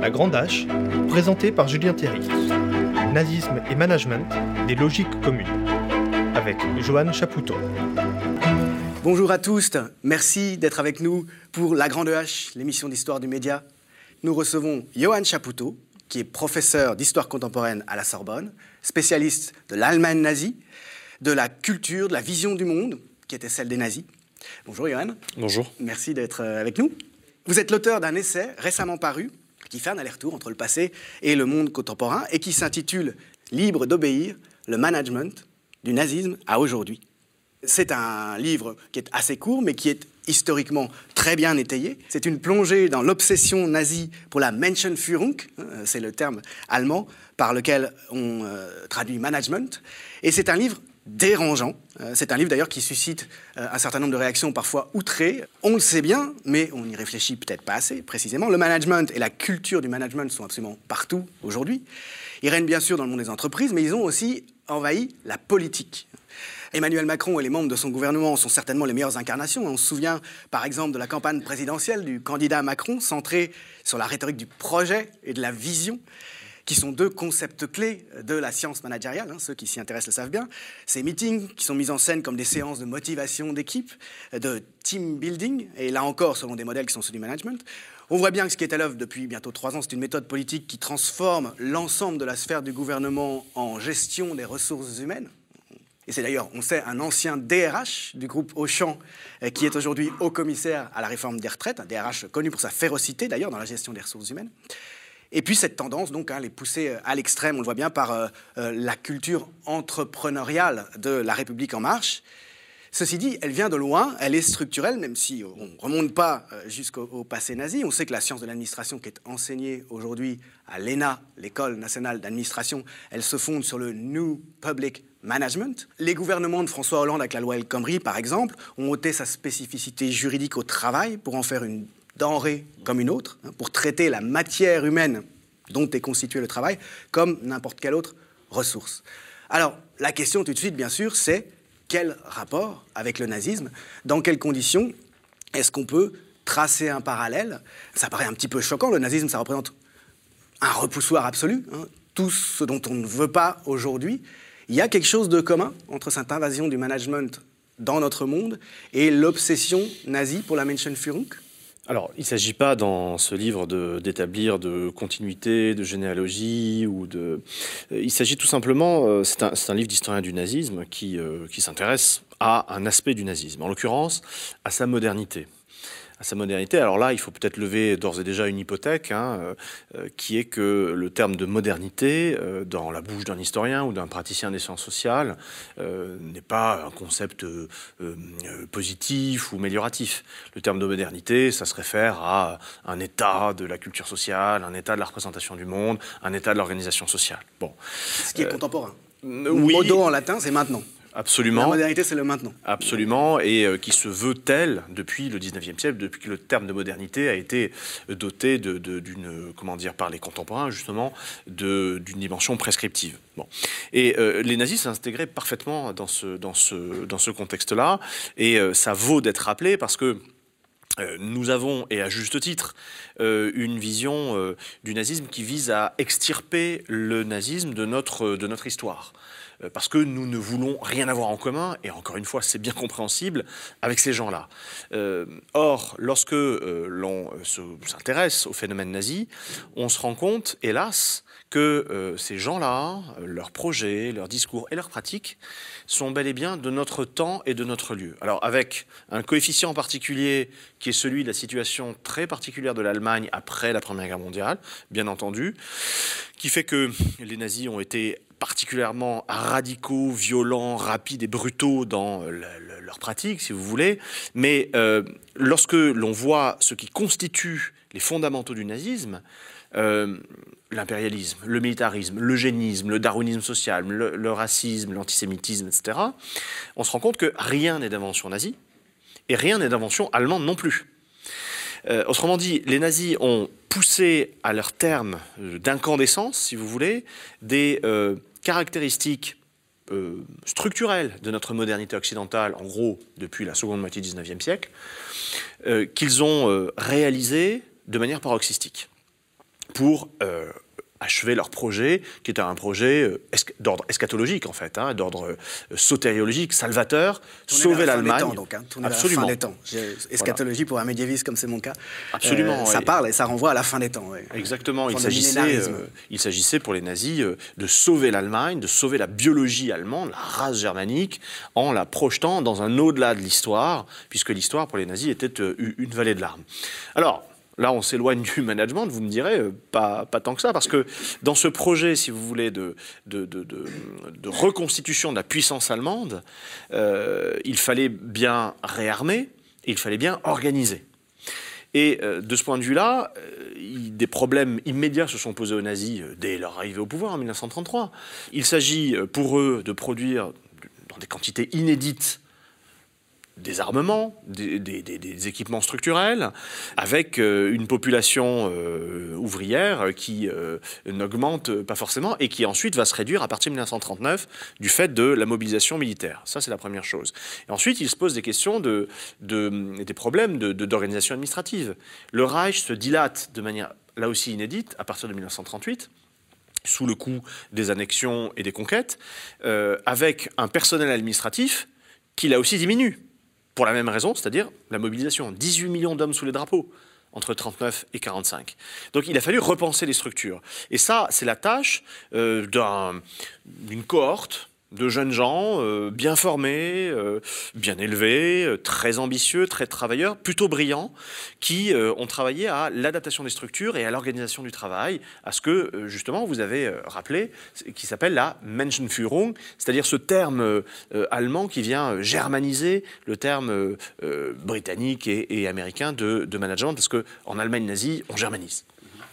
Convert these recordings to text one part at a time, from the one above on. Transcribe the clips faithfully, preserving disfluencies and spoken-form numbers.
La Grande Hache, présenté par Julien Thierry. Nazisme et management, des logiques communes. Avec Johan Chapoutot. Bonjour à tous, merci d'être avec nous pour La Grande Hache, l'émission d'histoire du média. Nous recevons Johan Chapoutot, qui est professeur d'histoire contemporaine à la Sorbonne, spécialiste de l'Allemagne nazie, de la culture, de la vision du monde, qui était celle des nazis. Bonjour Johan. Bonjour. Merci d'être avec nous. Vous êtes l'auteur d'un essai récemment paru qui fait un aller-retour entre le passé et le monde contemporain et qui s'intitule « Libre d'obéir, le management du nazisme à aujourd'hui ». C'est un livre qui est assez court, mais qui est historiquement très bien étayé. C'est une plongée dans l'obsession nazie pour la Menschenführung, c'est le terme allemand par lequel on euh, traduit management. Et c'est un livre dérangeant. C'est un livre d'ailleurs qui suscite un certain nombre de réactions parfois outrées. On le sait bien, mais on n'y réfléchit peut-être pas assez précisément. Le management et la culture du management sont absolument partout aujourd'hui. Ils règnent bien sûr dans le monde des entreprises, mais ils ont aussi envahi la politique. Emmanuel Macron et les membres de son gouvernement sont certainement les meilleures incarnations. On se souvient par exemple de la campagne présidentielle du candidat Macron, centrée sur la rhétorique du projet et de la vision, qui sont deux concepts clés de la science managériale, hein, ceux qui s'y intéressent le savent bien. Ces meetings qui sont mis en scène comme des séances de motivation d'équipe, de team building, et là encore selon des modèles qui sont ceux du management. On voit bien que ce qui est à l'œuvre depuis bientôt trois ans, c'est une méthode politique qui transforme l'ensemble de la sphère du gouvernement en gestion des ressources humaines. Et c'est d'ailleurs, on sait, un ancien D R H du groupe Auchan qui est aujourd'hui haut-commissaire à la réforme des retraites, un D R H connu pour sa férocité d'ailleurs dans la gestion des ressources humaines. Et puis cette tendance, donc, hein, les pousser à l'extrême, on le voit bien, par euh, euh, la culture entrepreneuriale de La République En Marche. Ceci dit, elle vient de loin, elle est structurelle, même si on ne remonte pas euh, jusqu'au au passé nazi. On sait que la science de l'administration qui est enseignée aujourd'hui à l'E N A, l'École nationale d'administration, elle se fonde sur le New Public Management. Les gouvernements de François Hollande avec la loi El Khomri, par exemple, ont ôté sa spécificité juridique au travail pour en faire une denrée comme une autre, hein, pour traiter la matière humaine dont est constitué le travail comme n'importe quelle autre ressource. Alors, la question tout de suite, bien sûr, c'est quel rapport avec le nazisme? Dans quelles conditions est-ce qu'on peut tracer un parallèle? Ça paraît un petit peu choquant, le nazisme, ça représente un repoussoir absolu, hein, tout ce dont on ne veut pas aujourd'hui. Il y a quelque chose de commun entre cette invasion du management dans notre monde et l'obsession nazie pour la Menschenführung? Alors, il ne s'agit pas dans ce livre de, d'établir de continuité, de généalogie ou de... Il s'agit tout simplement, euh, c'est, un, c'est un livre d'historien du nazisme qui, euh, qui s'intéresse à un aspect du nazisme, en l'occurrence à sa modernité. À sa modernité. Alors là, il faut peut-être lever d'ores et déjà une hypothèque, hein, euh, qui est que le terme de modernité, euh, dans la bouche d'un historien ou d'un praticien des sciences sociales, euh, n'est pas un concept euh, euh, positif ou amélioratif. Le terme de modernité, ça se réfère à un état de la culture sociale, un état de la représentation du monde, un état de l'organisation sociale. Bon. Ce qui est euh, contemporain. Oui. Modo en latin, c'est maintenant. Absolument. La modernité, c'est le maintenant. Absolument, et euh, qui se veut tel depuis le dix-neuvième siècle, depuis que le terme de modernité a été doté de, de, d'une, comment dire, par les contemporains, justement, de, d'une dimension prescriptive. Bon. Et euh, les nazis s'intégraient parfaitement dans ce, dans ce, dans ce contexte-là, et euh, ça vaut d'être rappelé parce que Euh, nous avons, et à juste titre, euh, une vision euh, du nazisme qui vise à extirper le nazisme de notre, de notre histoire. Euh, parce que nous ne voulons rien avoir en commun, et encore une fois, c'est bien compréhensible, avec ces gens-là. Euh, or, lorsque euh, l'on se, s'intéresse au phénomène nazi, on se rend compte, hélas, que euh, ces gens-là, leurs projets, leurs discours et leurs pratiques sont bel et bien de notre temps et de notre lieu. Alors avec un coefficient particulier qui est celui de la situation très particulière de l'Allemagne après la Première Guerre mondiale, bien entendu, qui fait que les nazis ont été particulièrement radicaux, violents, rapides et brutaux dans le, le, leur pratique, si vous voulez. Mais euh, lorsque l'on voit ce qui constitue les fondamentaux du nazisme, euh, l'impérialisme, le militarisme, l'eugénisme, le darwinisme social, le, le racisme, l'antisémitisme, et cetera, on se rend compte que rien n'est d'invention nazie et rien n'est d'invention allemande non plus. Euh, autrement dit, les nazis ont poussé à leur terme d'incandescence, si vous voulez, des euh, caractéristiques euh, structurelles de notre modernité occidentale, en gros depuis la seconde moitié du dix-neuvième siècle, euh, qu'ils ont euh, réalisées de manière paroxystique. pour euh, achever leur projet, qui était un projet euh, d'ordre eschatologique, en fait, hein, d'ordre euh, sotériologique, salvateur, tourner sauver vers la fin l'Allemagne. des temps, donc, hein, tourner Absolument. vers la fin des temps. J'ai- Eschatologie voilà. Pour un médiéviste comme c'est mon cas. Absolument. Euh, ça ouais. parle et ça renvoie à la fin des temps. Ouais. Exactement. Il Forme de s'agissait, millénarisme. euh, il s'agissait pour les nazis euh, de sauver l'Allemagne, de sauver la biologie allemande, la race germanique, en la projetant dans un au-delà de l'histoire, puisque l'histoire pour les nazis était euh, une vallée de larmes. Alors, là, on s'éloigne du management, vous me direz, euh, pas, pas tant que ça, parce que dans ce projet, si vous voulez, de, de, de, de, de reconstitution de la puissance allemande, euh, il fallait bien réarmer et il fallait bien organiser. Et euh, de ce point de vue-là, euh, il, des problèmes immédiats se sont posés aux nazis euh, dès leur arrivée au pouvoir en mille neuf cent trente-trois. Il s'agit euh, pour eux de produire dans des quantités inédites des armements, des, des, des, des équipements structurels, avec euh, une population euh, ouvrière qui euh, n'augmente pas forcément et qui ensuite va se réduire à partir de mille neuf cent trente-neuf du fait de la mobilisation militaire. Ça, c'est la première chose. Et ensuite, il se pose des questions, de, de, des problèmes de, de, d'organisation administrative. Le Reich se dilate de manière, là aussi inédite, à partir de mille neuf cent trente-huit, sous le coup des annexions et des conquêtes, euh, avec un personnel administratif qui, là aussi, diminue. Pour la même raison, c'est-à-dire la mobilisation. dix-huit millions d'hommes sous les drapeaux entre trente-neuf et quarante-cinq. Donc il a fallu repenser les structures. Et ça, c'est la tâche euh, d'un, d'une cohorte de jeunes gens euh, bien formés, euh, bien élevés, euh, très ambitieux, très travailleurs, plutôt brillants, qui euh, ont travaillé à l'adaptation des structures et à l'organisation du travail, à ce que, euh, justement, vous avez euh, rappelé, qui s'appelle la Menschenführung, c'est-à-dire ce terme euh, allemand qui vient euh, germaniser le terme euh, euh, britannique et, et américain de, de management, parce qu'en Allemagne nazie, on germanise.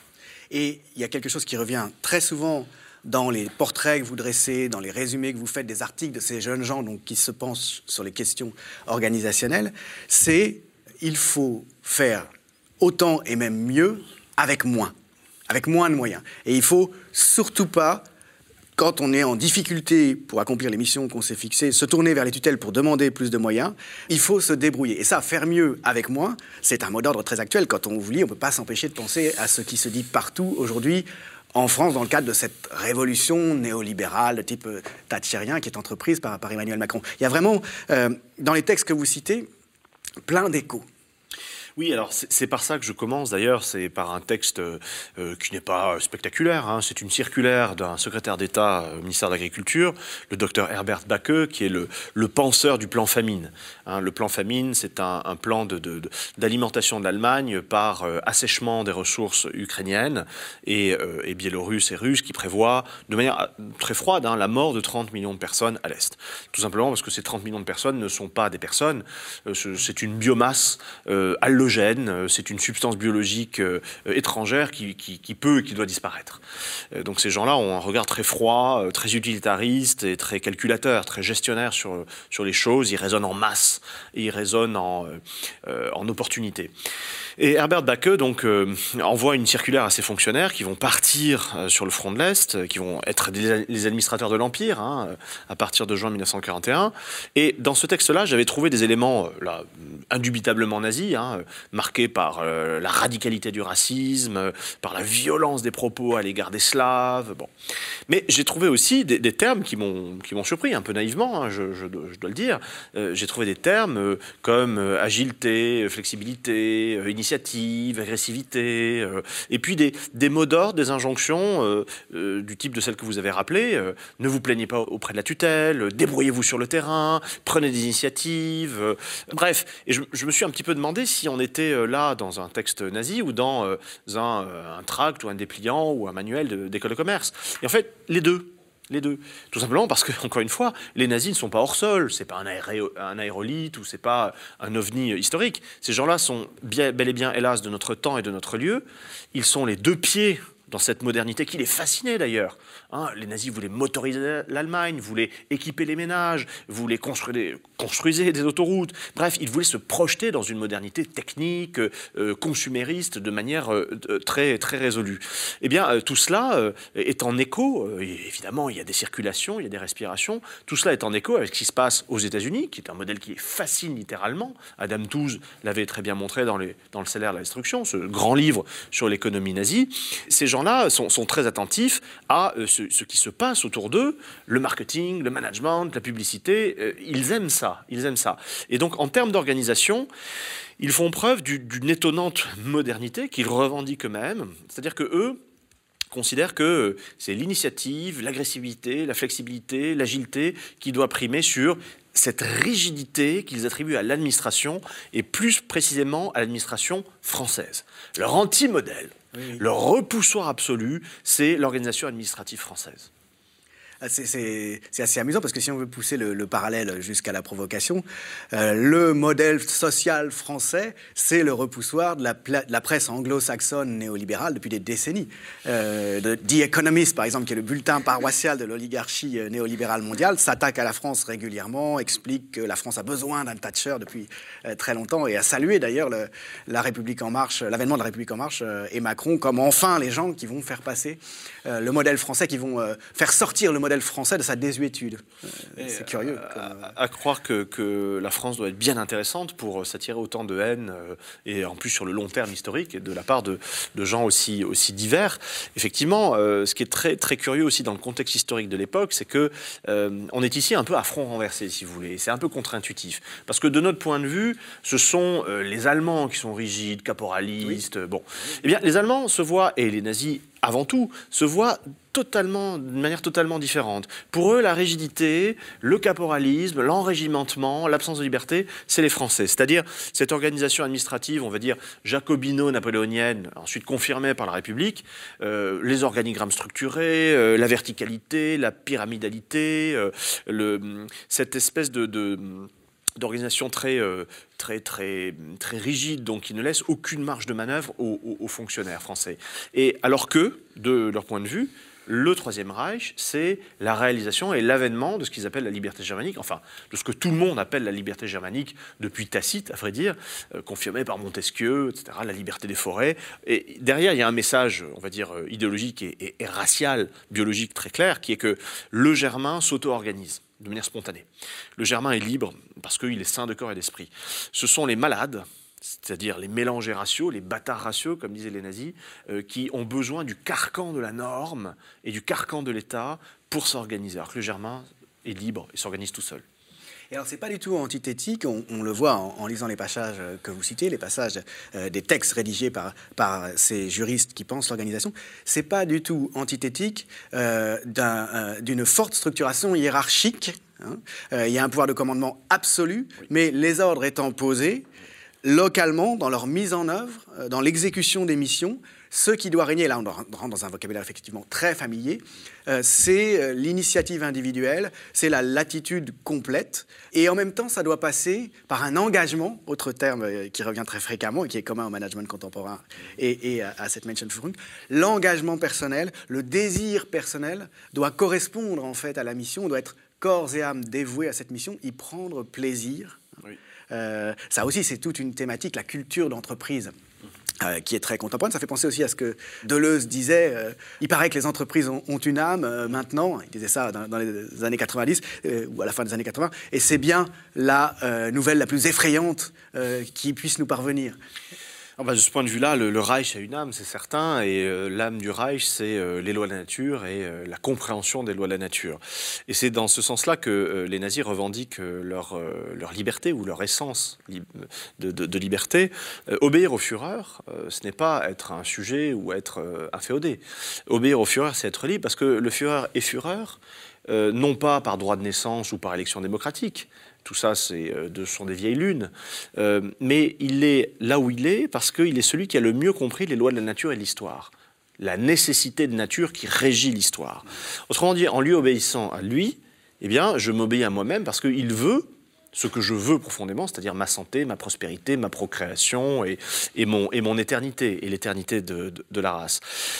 Et il y a quelque chose qui revient très souvent dans les portraits que vous dressez, dans les résumés que vous faites des articles de ces jeunes gens donc, qui se penchent sur les questions organisationnelles, c'est il faut faire autant et même mieux avec moins, avec moins de moyens. Et il ne faut surtout pas, quand on est en difficulté pour accomplir les missions qu'on s'est fixées, se tourner vers les tutelles pour demander plus de moyens. Il faut se débrouiller. Et ça, faire mieux avec moins, c'est un mot d'ordre très actuel. Quand on vous lit, on ne peut pas s'empêcher de penser à ce qui se dit partout aujourd'hui, en France, dans le cadre de cette révolution néolibérale de type euh, thatchérien qui est entreprise par, par Emmanuel Macron. Il y a vraiment, euh, dans les textes que vous citez, plein d'échos. Oui, alors c'est par ça que je commence d'ailleurs, c'est par un texte euh, qui n'est pas spectaculaire, hein. C'est une circulaire d'un secrétaire d'État au ministère de l'Agriculture, le docteur Herbert Backe, qui est le, le penseur du plan famine. Hein, le plan famine, c'est un, un plan de, de, de, d'alimentation de l'Allemagne par euh, assèchement des ressources ukrainiennes et, euh, et biélorusses et russes, qui prévoit de manière très froide hein, la mort de trente millions de personnes à l'Est. Tout simplement parce que ces trente millions de personnes ne sont pas des personnes, euh, c'est une biomasse euh, allogène. C'est une substance biologique euh, étrangère qui, qui, qui peut et qui doit disparaître. Euh, donc ces gens-là ont un regard très froid, euh, très utilitariste et très calculateur, très gestionnaire sur, sur les choses. Ils raisonnent en masse et ils raisonnent en, euh, en opportunité. Et Herbert Backe donc, euh, envoie une circulaire à ses fonctionnaires qui vont partir euh, sur le front de l'Est, euh, qui vont être des, les administrateurs de l'Empire hein, à partir de juin mille neuf cent quarante et un. Et dans ce texte-là, j'avais trouvé des éléments euh, là, indubitablement nazis, hein, marqués par euh, la radicalité du racisme, euh, par la violence des propos à l'égard des Slaves. Bon. Mais j'ai trouvé aussi des, des termes qui m'ont qui m'ont surpris, un peu naïvement, hein, je, je, je dois le dire. Euh, j'ai trouvé des termes euh, comme euh, agilité, flexibilité, euh, initiative, agressivité, euh, et puis des, des mots d'ordre, des injonctions euh, euh, du type de celles que vous avez rappelées. Euh, ne vous plaignez pas auprès de la tutelle, euh, débrouillez-vous sur le terrain, prenez des initiatives. Euh, bref, et je, je me suis un petit peu demandé si on était euh, là dans un texte nazi ou dans euh, un, euh, un tract ou un dépliant ou un manuel de, d'école de commerce. Et en fait, les deux. Les deux. Tout simplement parce que, encore une fois, les nazis ne sont pas hors sol, c'est pas un, aéré, un aérolite ou c'est pas un ovni historique. Ces gens-là sont bien, bel et bien, hélas, de notre temps et de notre lieu. Ils sont les deux pieds dans cette modernité qui les fascinait d'ailleurs. Hein, les nazis voulaient motoriser l'Allemagne, voulaient équiper les ménages, voulaient construire des, construisaient des autoroutes. Bref, ils voulaient se projeter dans une modernité technique, euh, consumériste, de manière euh, très, très résolue. Eh bien, euh, tout cela euh, est en écho, euh, évidemment, il y a des circulations, il y a des respirations, tout cela est en écho avec ce qui se passe aux États-Unis, qui est un modèle qui les fascine littéralement. Adam Tooze l'avait très bien montré dans, les, dans Le Salaire de la Destruction, ce grand livre sur l'économie nazie. Ces gens-là sont, sont très attentifs à euh, ce, ce qui se passe autour d'eux, le marketing, le management, la publicité, euh, ils aiment ça, ils aiment ça. Et donc, en termes d'organisation, ils font preuve du, d'une étonnante modernité qu'ils revendiquent eux-mêmes, c'est-à-dire que eux considèrent que c'est l'initiative, l'agressivité, la flexibilité, l'agilité qui doit primer sur cette rigidité qu'ils attribuent à l'administration et plus précisément à l'administration française. Leur anti-modèle, oui, oui. leur repoussoir absolu, c'est l'organisation administrative française. C'est, c'est, c'est assez amusant parce que si on veut pousser le, le parallèle jusqu'à la provocation, euh, le modèle social français, c'est le repoussoir de la, pla- de la presse anglo-saxonne néolibérale depuis des décennies. Euh, de, The Economist, par exemple, qui est le bulletin paroissial de l'oligarchie euh, néolibérale mondiale, s'attaque à la France régulièrement, explique que la France a besoin d'un Thatcher depuis euh, très longtemps et a salué d'ailleurs le, la République en marche, l'avènement de la République en marche euh, et Macron comme enfin les gens qui vont faire passer euh, le modèle français, qui vont euh, faire sortir le modèle modèle français de sa désuétude. Euh, c'est curieux. Comme... À, à croire que, que la France doit être bien intéressante pour s'attirer autant de haine, euh, et en plus sur le long terme historique, et de la part de, de gens aussi, aussi divers. Effectivement, euh, ce qui est très, très curieux aussi dans le contexte historique de l'époque, c'est qu'on euh, est ici un peu à front renversé, si vous voulez. C'est un peu contre-intuitif. Parce que de notre point de vue, ce sont euh, les Allemands qui sont rigides, caporalistes. Oui. Bon. Eh bien, les Allemands se voient, et les nazis avant tout, se voient totalement, de manière totalement différente. Pour eux, la rigidité, le caporalisme, l'enrégimentement, l'absence de liberté, c'est les Français. C'est-à-dire cette organisation administrative, on va dire, jacobino-napoléonienne, ensuite confirmée par la République, euh, les organigrammes structurés, euh, la verticalité, la pyramidalité, euh, le, cette espèce de... de d'organisation très, euh, très, très, très rigide, donc qui ne laisse aucune marge de manœuvre aux, aux, aux fonctionnaires français. Et alors que, de leur point de vue, le Troisième Reich, c'est la réalisation et l'avènement de ce qu'ils appellent la liberté germanique, enfin, de ce que tout le monde appelle la liberté germanique depuis Tacite, à vrai dire, euh, confirmé par Montesquieu, et cetera, la liberté des forêts. Et derrière, il y a un message, on va dire, idéologique et, et, et racial, biologique très clair, qui est que le Germain s'auto-organise de manière spontanée. Le Germain est libre parce qu'il est sain de corps et d'esprit. Ce sont les malades, c'est-à-dire les mélangés raciaux, les bâtards raciaux, comme disaient les nazis, euh, qui ont besoin du carcan de la norme et du carcan de l'État pour s'organiser. Alors que le Germain est libre et s'organise tout seul. Et alors, c'est pas du tout antithétique, on, on le voit en, en lisant les passages que vous citez, les passages euh, des textes rédigés par, par ces juristes qui pensent l'organisation, c'est pas du tout antithétique euh, d'un, euh, d'une forte structuration hiérarchique. Hein. Euh, il y a un pouvoir de commandement absolu, oui. Mais les ordres étant posés localement, dans leur mise en œuvre, euh, dans l'exécution des missions, ce qui doit régner, là on rentre dans un vocabulaire effectivement très familier, euh, c'est euh, l'initiative individuelle, c'est la latitude complète, et en même temps ça doit passer par un engagement, autre terme euh, qui revient très fréquemment et qui est commun au management contemporain et, et à, à cette Menschenführung, l'engagement personnel, le désir personnel doit correspondre en fait à la mission, doit être corps et âme dévoué à cette mission, y prendre plaisir. Oui. Euh, ça aussi c'est toute une thématique, la culture d'entreprise. Euh, qui est très contemporaine. Ça fait penser aussi à ce que Deleuze disait. Euh, il paraît que les entreprises ont, ont une âme euh, maintenant. Il disait ça dans, dans les années quatre-vingt-dix euh, ou à la fin des années quatre-vingts. Et c'est bien la euh, nouvelle la plus effrayante euh, qui puisse nous parvenir. Ah bah de ce point de vue-là, le, le Reich a une âme, c'est certain, et euh, l'âme du Reich, c'est euh, les lois de la nature et euh, la compréhension des lois de la nature. Et c'est dans ce sens-là que euh, les nazis revendiquent euh, leur, euh, leur liberté ou leur essence li- de, de, de liberté. Euh, obéir au Führer, euh, ce n'est pas être un sujet ou être euh, inféodé. Obéir au Führer, c'est être libre, parce que le Führer est Führer, euh, non pas par droit de naissance ou par élection démocratique. Tout ça, c'est, euh, de, sont des vieilles lunes. Euh, mais il est là où il est parce qu'il est celui qui a le mieux compris les lois de la nature et de l'histoire. La nécessité de nature qui régit l'histoire. Autrement dit, en lui obéissant à lui, eh bien, je m'obéis à moi-même parce qu'il veut ce que je veux profondément, c'est-à-dire ma santé, ma prospérité, ma procréation et, et, mon, et mon éternité, et l'éternité de, de, de la race.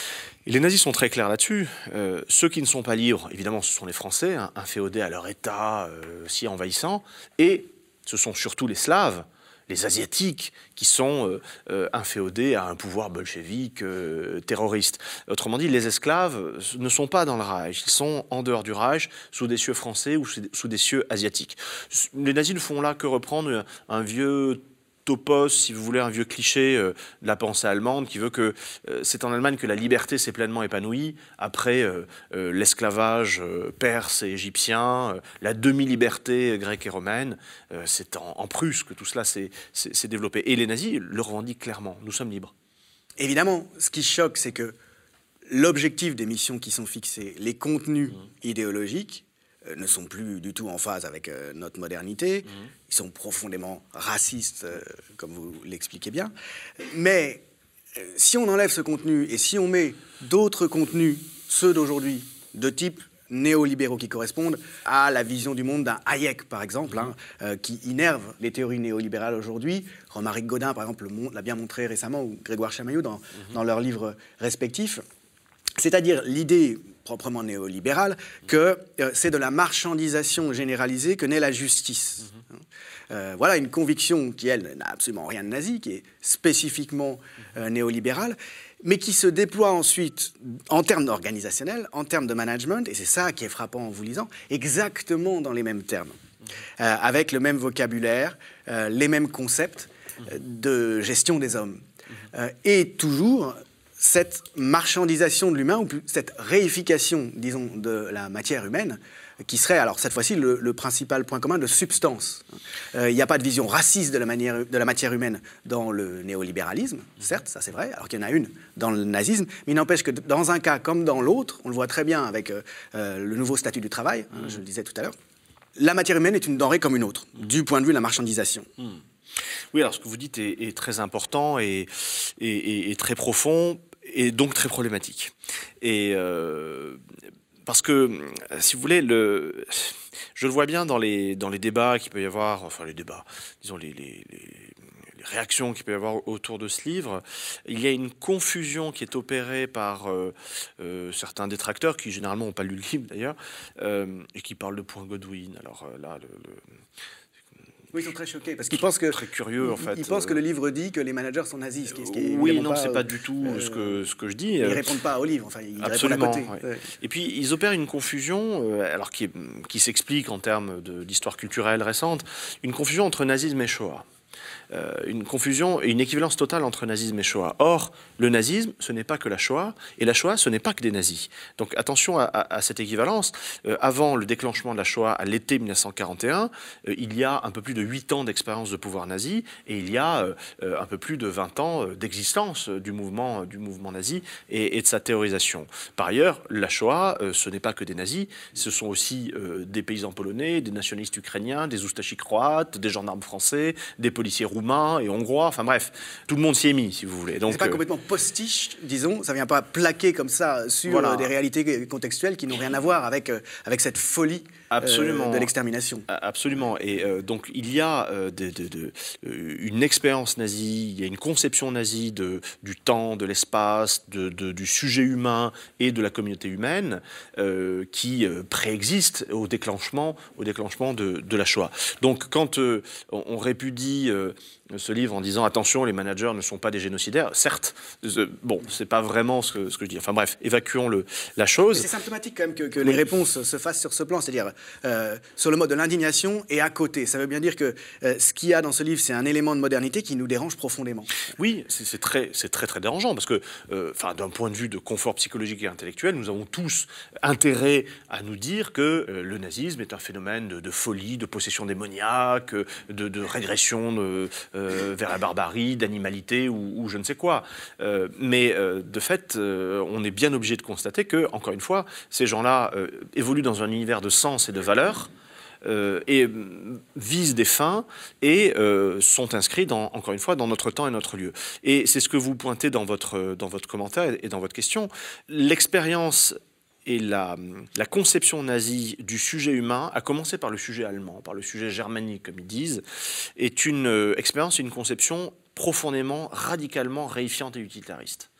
Et les nazis sont très clairs là-dessus. Euh, ceux qui ne sont pas libres, évidemment, ce sont les Français, hein, inféodés à leur État euh, si envahissant, et ce sont surtout les Slaves, les Asiatiques, qui sont euh, euh, inféodés à un pouvoir bolchevique euh, terroriste. Autrement dit, les esclaves ne sont pas dans le Reich, ils sont en dehors du Reich, sous des cieux français ou sous des cieux asiatiques. Les nazis ne font là que reprendre un vieux topos, si vous voulez, un vieux cliché euh, de la pensée allemande qui veut que euh, c'est en Allemagne que la liberté s'est pleinement épanouie après euh, euh, l'esclavage euh, perse et égyptien, euh, la demi-liberté grecque et romaine. Euh, c'est en, en Prusse que tout cela s'est développé. Et les nazis le revendiquent clairement. Nous sommes libres. Évidemment, ce qui choque, c'est que l'objectif des missions qui sont fixées, les contenus mmh. idéologiques, ne sont plus du tout en phase avec euh, notre modernité. Mmh. Ils sont profondément racistes, euh, comme vous l'expliquez bien. Mais euh, si on enlève ce contenu et si on met d'autres contenus, ceux d'aujourd'hui, de type néolibéraux qui correspondent à la vision du monde d'un Hayek, par exemple, mmh. hein, euh, qui innerve les théories néolibérales aujourd'hui. Romaric Godin, par exemple, l'a bien montré récemment, ou Grégoire Chamaillot dans, mmh. dans leurs livres respectifs. C'est-à-dire l'idée proprement néolibérale que euh, c'est de la marchandisation généralisée que naît la justice. Mmh. Euh, voilà une conviction qui, elle, n'a absolument rien de nazi, qui est spécifiquement euh, néolibérale, mais qui se déploie ensuite en termes organisationnels, en termes de management, et c'est ça qui est frappant en vous lisant, exactement dans les mêmes termes, euh, avec le même vocabulaire, euh, les mêmes concepts euh, de gestion des hommes. Euh, et toujours cette marchandisation de l'humain, ou cette réification, disons, de la matière humaine, qui serait, alors cette fois-ci, le, le principal point commun de substance. Il euh, n'y a pas de vision raciste de la, manière, de la matière humaine dans le néolibéralisme, certes, ça c'est vrai, alors qu'il y en a une dans le nazisme, mais il n'empêche que dans un cas comme dans l'autre, on le voit très bien avec euh, le nouveau statut du travail, hein, mmh. je le disais tout à l'heure, la matière humaine est une denrée comme une autre, du point de vue de la marchandisation. Mmh. Oui, alors ce que vous dites est, est très important et, et, et, et très profond, et donc très problématique. Et euh, parce que, si vous voulez, le, je le vois bien dans les, dans les débats qu'il peut y avoir, enfin les débats, disons les, les, les, les réactions qu'il peut y avoir autour de ce livre, il y a une confusion qui est opérée par euh, euh, certains détracteurs, qui généralement n'ont pas lu le livre d'ailleurs, euh, et qui parlent de Point Godwin. Alors euh, là, le... le Oui, ils sont très choqués parce qu'ils pensent que très curieux en fait. Ils pensent que le livre dit que les managers sont nazis. Ce qui, ce qui est oui, non, pas, c'est pas du tout euh, ce que ce que je dis. Ils répondent pas au livre. Enfin, ils Absolument, répondent à côté. Ouais. Ouais. Et puis ils opèrent une confusion, euh, alors qui, est, qui s'explique en termes d'histoire culturelle récente, une confusion entre nazisme et Shoah. Euh, une confusion et une équivalence totale entre nazisme et Shoah. Or, le nazisme, ce n'est pas que la Shoah, et la Shoah, ce n'est pas que des nazis. Donc attention à, à, à cette équivalence. Euh, avant le déclenchement de la Shoah à l'été mille neuf cent quarante et un, euh, il y a un peu plus de huit ans d'expérience de pouvoir nazi, et il y a euh, un peu plus de vingt ans d'existence du mouvement, du mouvement nazi et, et de sa théorisation. Par ailleurs, la Shoah, euh, ce n'est pas que des nazis, ce sont aussi euh, des paysans polonais, des nationalistes ukrainiens, des oustachis croates, des gendarmes français, des policiers roumains et hongrois, enfin bref, tout le monde s'y est mis, si vous voulez. C'est pas euh... complètement postiche, disons, ça vient pas plaquer comme ça sur voilà. des réalités contextuelles qui n'ont rien à voir avec, euh, avec cette folie Absolument. Euh, de l'extermination. Absolument. Et euh, donc il y a euh, de, de, de, une expérience nazie, il y a une conception nazie de, du temps, de l'espace, de, de, du sujet humain et de la communauté humaine euh, qui euh, préexiste au déclenchement, au déclenchement de, de la Shoah. Donc quand euh, on, on répudie euh, ce livre en disant attention, les managers ne sont pas des génocidaires, certes, euh, bon, c'est pas vraiment ce que, ce que je dis. Enfin bref, évacuons le, la chose. C'est symptomatique quand même que, que les réponses se fassent sur ce plan, c'est-à-dire Euh, sur le mode de l'indignation et à côté. Ça veut bien dire que euh, ce qu'il y a dans ce livre, c'est un élément de modernité qui nous dérange profondément. Oui, c'est très, c'est très très dérangeant parce que, euh, d'un point de vue de confort psychologique et intellectuel, nous avons tous intérêt à nous dire que euh, le nazisme est un phénomène de, de folie, de possession démoniaque, de, de régression de, euh, vers la barbarie, d'animalité ou, ou je ne sais quoi. Euh, mais euh, de fait, euh, on est bien obligé de constater que, encore une fois, ces gens-là euh, évoluent dans un univers de sens et de valeurs euh, et euh, visent des fins et euh, sont inscrits, dans, encore une fois, dans notre temps et notre lieu. Et c'est ce que vous pointez dans votre, dans votre commentaire et dans votre question. L'expérience et la, la conception nazie du sujet humain, à commencer par le sujet allemand, par le sujet germanique, comme ils disent, est une euh, expérience et une conception profondément, radicalement réifiante et utilitariste.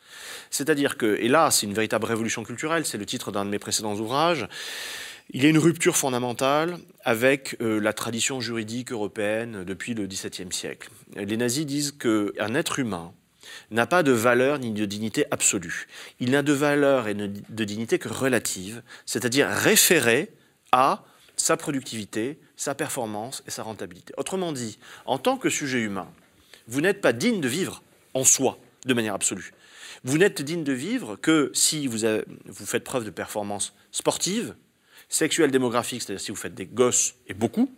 C'est-à-dire que, et là c'est une véritable révolution culturelle, c'est le titre d'un de mes précédents ouvrages, il y a une rupture fondamentale avec euh, la tradition juridique européenne depuis le dix-septième siècle. Les nazis disent qu'un être humain n'a pas de valeur ni de dignité absolue. Il n'a de valeur et de dignité que relative, c'est-à-dire référée à sa productivité, sa performance et sa rentabilité. Autrement dit, en tant que sujet humain, vous n'êtes pas digne de vivre en soi, de manière absolue. Vous n'êtes digne de vivre que si vous, avez, vous faites preuve de performance sportive, sexuelle, démographique, c'est-à-dire si vous faites des gosses et beaucoup,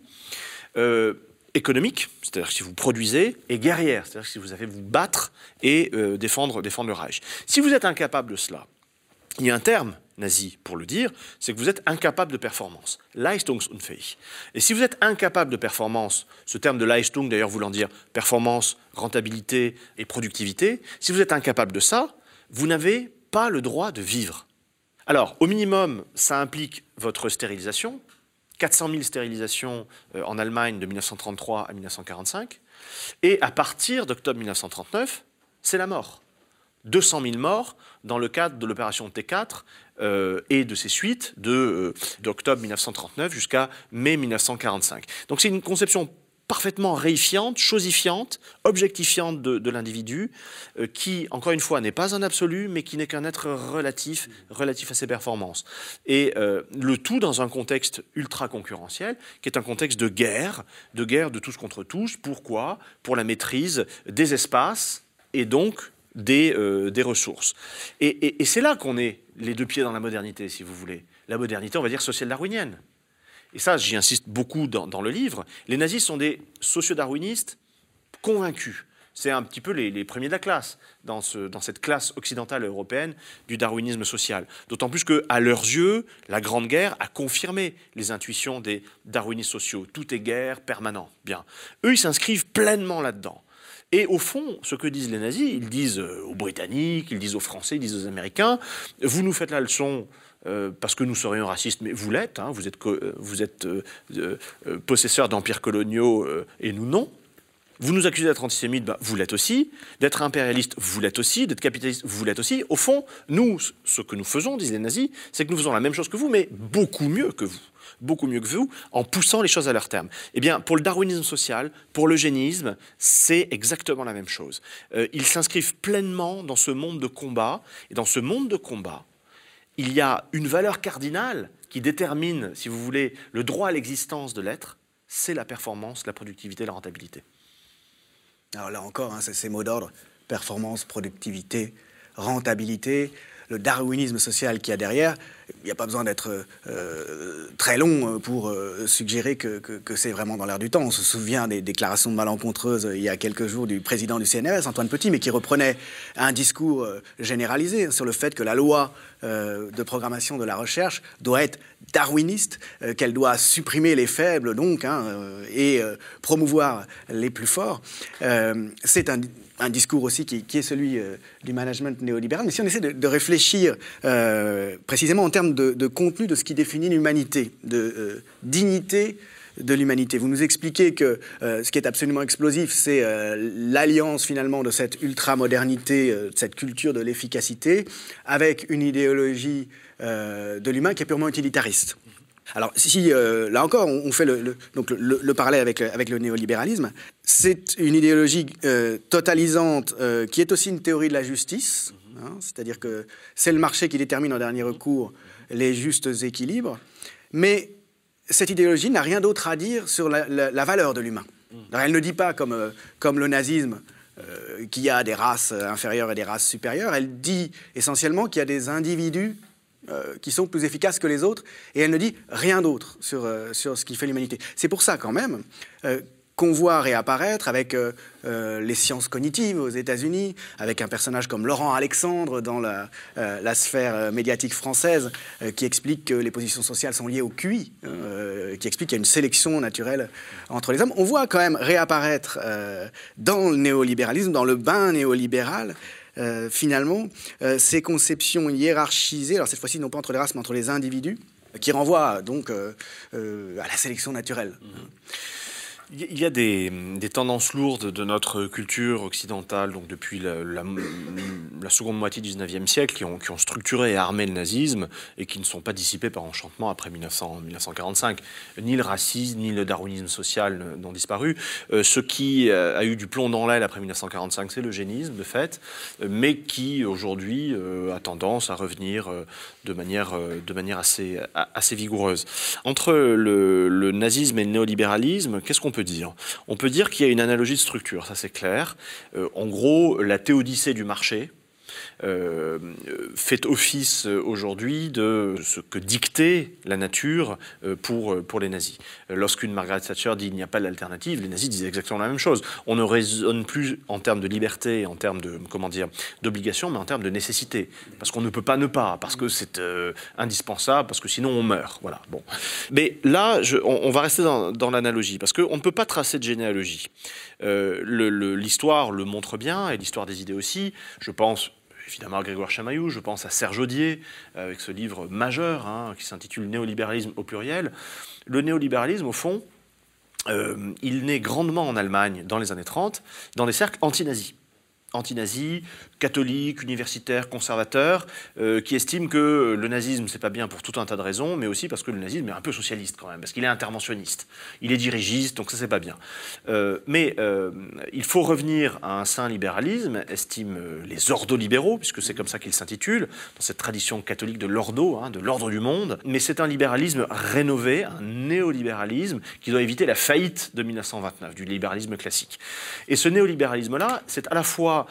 euh, économique, c'est-à-dire si vous produisez, et guerrière, c'est-à-dire si vous savez vous battre et euh, défendre, défendre le Reich. Si vous êtes incapable de cela, il y a un terme nazi pour le dire, c'est que vous êtes incapable de performance, leistungsunfähig. Et si vous êtes incapable de performance, ce terme de Leistung d'ailleurs voulant dire performance, rentabilité et productivité, si vous êtes incapable de ça, vous n'avez pas le droit de vivre. Alors, au minimum, ça implique votre stérilisation, quatre cent mille stérilisations en Allemagne de mille neuf cent trente-trois à mille neuf cent quarante-cinq, et à partir d'octobre mille neuf cent trente-neuf, c'est la mort. deux cent mille morts dans le cadre de l'opération T quatre euh, et de ses suites de, euh, d'octobre mille neuf cent trente-neuf jusqu'à mai mille neuf cent quarante-cinq. Donc c'est une conception parfaitement réifiante, chosifiante, objectifiante de, de l'individu, euh, qui, encore une fois, n'est pas un absolu, mais qui n'est qu'un être relatif, relatif à ses performances. Et euh, le tout dans un contexte ultra-concurrentiel, qui est un contexte de guerre, de guerre de tous contre tous. Pourquoi ? Pour la maîtrise des espaces et donc des, euh, des ressources. Et, et, et c'est là qu'on est les deux pieds dans la modernité, si vous voulez. La modernité, on va dire, social-darwinienne. Et ça, j'y insiste beaucoup dans, dans le livre, les nazis sont des socio-darwinistes convaincus. C'est un petit peu les, les premiers de la classe, dans, ce, dans cette classe occidentale européenne du darwinisme social. D'autant plus qu'à leurs yeux, la Grande Guerre a confirmé les intuitions des darwinistes sociaux. Tout est guerre, permanent. Bien. Eux, ils s'inscrivent pleinement là-dedans. Et au fond, ce que disent les nazis, ils disent aux Britanniques, ils disent aux Français, ils disent aux Américains, vous nous faites la leçon Euh, parce que nous serions racistes, mais vous l'êtes, hein, vous êtes, euh, vous êtes euh, euh, possesseurs d'empires coloniaux euh, et nous non. Vous nous accusez d'être antisémites, bah, vous l'êtes aussi. D'être impérialiste, vous l'êtes aussi. D'être capitaliste, vous l'êtes aussi. Au fond, nous, ce que nous faisons, disent les nazis, c'est que nous faisons la même chose que vous, mais beaucoup mieux que vous. Beaucoup mieux que vous, en poussant les choses à leur terme. Eh bien, pour le darwinisme social, pour l'eugénisme, c'est exactement la même chose. Euh, ils s'inscrivent pleinement dans ce monde de combat, et dans ce monde de combat, il y a une valeur cardinale qui détermine, si vous voulez, le droit à l'existence de l'être, c'est la performance, la productivité, la rentabilité. Alors là encore, hein, c'est ces mots d'ordre, performance, productivité, rentabilité, le darwinisme social qu'il y a derrière, il n'y a pas besoin d'être euh, très long pour euh, suggérer que, que, que c'est vraiment dans l'air du temps. On se souvient des déclarations malencontreuses il y a quelques jours du président du C N R S, Antoine Petit, mais qui reprenait un discours euh, généralisé sur le fait que la loi euh, de programmation de la recherche doit être darwiniste, euh, qu'elle doit supprimer les faibles donc hein, euh, et euh, promouvoir les plus forts. Euh, c'est un un discours aussi qui, qui est celui euh, du management néolibéral. Mais si on essaie de, de réfléchir euh, précisément en termes de, de contenu de ce qui définit l'humanité, de euh, dignité de l'humanité. Vous nous expliquez que euh, ce qui est absolument explosif, c'est euh, l'alliance finalement de cette ultra-modernité, euh, de cette culture de l'efficacité, avec une idéologie euh, de l'humain qui est purement utilitariste. Alors, si, euh, là encore, on, on fait le, le, donc le, le parallèle avec, avec le néolibéralisme, c'est une idéologie euh, totalisante euh, qui est aussi une théorie de la justice, hein, c'est-à-dire que c'est le marché qui détermine en dernier recours les justes équilibres, mais cette idéologie n'a rien d'autre à dire sur la, la, la valeur de l'humain. Alors, elle ne dit pas, comme, euh, comme le nazisme, euh, qu'il y a des races inférieures et des races supérieures, elle dit essentiellement qu'il y a des individus Euh, qui sont plus efficaces que les autres, et elle ne dit rien d'autre sur, euh, sur ce qui fait l'humanité. C'est pour ça, quand même, euh, qu'on voit réapparaître avec euh, euh, les sciences cognitives aux États-Unis, avec un personnage comme Laurent Alexandre dans la, euh, la sphère médiatique française, euh, qui explique que les positions sociales sont liées au Q I, euh, qui explique qu'il y a une sélection naturelle entre les hommes. On voit quand même réapparaître euh, dans le néolibéralisme, dans le bain néolibéral, Euh, finalement, euh, ces conceptions hiérarchisées, alors cette fois-ci non pas entre les races, mais entre les individus, qui renvoient donc euh, euh, à la sélection naturelle. Mmh. Il y a des, des tendances lourdes de notre culture occidentale, donc depuis la, la, la seconde moitié du dix-neuvième siècle, qui ont, qui ont structuré et armé le nazisme et qui ne sont pas dissipées par enchantement après mille neuf cents, mille neuf cent quarante-cinq. Ni le racisme, ni le darwinisme social n'ont disparu. Euh, ce qui a eu du plomb dans l'aile après mille neuf cent quarante-cinq, c'est l'eugénisme, de fait, mais qui aujourd'hui euh, a tendance à revenir euh, de manière, euh, de manière assez, assez vigoureuse. Entre le, le nazisme et le néolibéralisme, qu'est-ce qu'on peut dire ? On peut dire qu'il y a une analogie de structure, ça c'est clair. Euh, en gros, la théodicée du marché euh, fait office aujourd'hui de ce que dictait la nature pour, pour les nazis. Lorsqu'une Margaret Thatcher dit « il n'y a pas d'alternative », les nazis disaient exactement la même chose. On ne raisonne plus en termes de liberté, en termes de, comment dire, d'obligation, mais en termes de nécessité. Parce qu'on ne peut pas ne pas, parce que c'est euh, indispensable, parce que sinon on meurt. Voilà. Bon. Mais là, je, on, on va rester dans, dans l'analogie, parce qu'on ne peut pas tracer de généalogie. Euh, le, le, l'histoire le montre bien, et l'histoire des idées aussi. Je pense évidemment à Grégoire Chamaillou, je pense à Serge Audier, avec ce livre majeur hein, qui s'intitule « Néolibéralisme au pluriel ». Le néolibéralisme, au fond, euh, il naît grandement en Allemagne dans les années trente, dans des cercles anti-nazis. Anti-nazis, catholiques, universitaires, conservateurs, euh, qui estiment que le nazisme, c'est pas bien pour tout un tas de raisons, mais aussi parce que le nazisme est un peu socialiste quand même, parce qu'il est interventionniste, il est dirigiste, donc ça c'est pas bien. Euh, mais euh, il faut revenir à un sain libéralisme, estiment les ordolibéraux, puisque c'est comme ça qu'ils s'intitulent, dans cette tradition catholique de l'ordo, hein, de l'ordre du monde, mais c'est un libéralisme rénové, un néolibéralisme qui doit éviter la faillite de mille neuf cent vingt-neuf, du libéralisme classique. Et ce néolibéralisme-là, c'est à la fois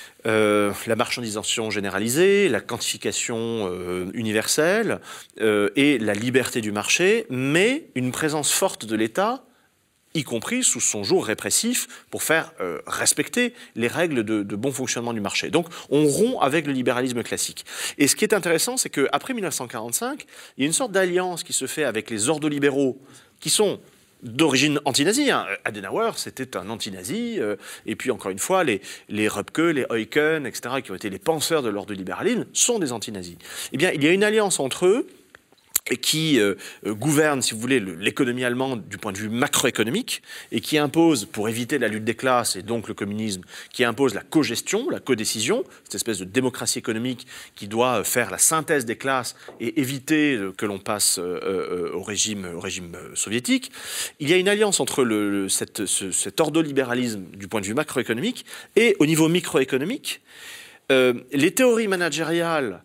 Euh, la marchandisation généralisée, la quantification euh, universelle euh, et la liberté du marché, mais une présence forte de l'État, y compris sous son jour répressif, pour faire euh, respecter les règles de, de bon fonctionnement du marché. Donc on rompt avec le libéralisme classique. Et ce qui est intéressant, c'est qu'après mille neuf cent quarante-cinq, il y a une sorte d'alliance qui se fait avec les ordolibéraux, qui sont d'origine anti-nazie. Hein. Adenauer, c'était un anti-nazi. Euh, et puis, encore une fois, les, les Röpke, les Eucken, et cetera, qui ont été les penseurs de l'ordolibéralisme, sont des anti-nazis. Eh bien, il y a une alliance entre eux et qui euh, gouverne, si vous voulez, l'économie allemande du point de vue macroéconomique et qui impose, pour éviter la lutte des classes et donc le communisme, qui impose la cogestion, la codécision, cette espèce de démocratie économique qui doit faire la synthèse des classes et éviter que l'on passe euh, au, régime, au régime soviétique. Il y a une alliance entre le, le, cette, ce, cet ordolibéralisme du point de vue macroéconomique et au niveau microéconomique, euh, les théories managériales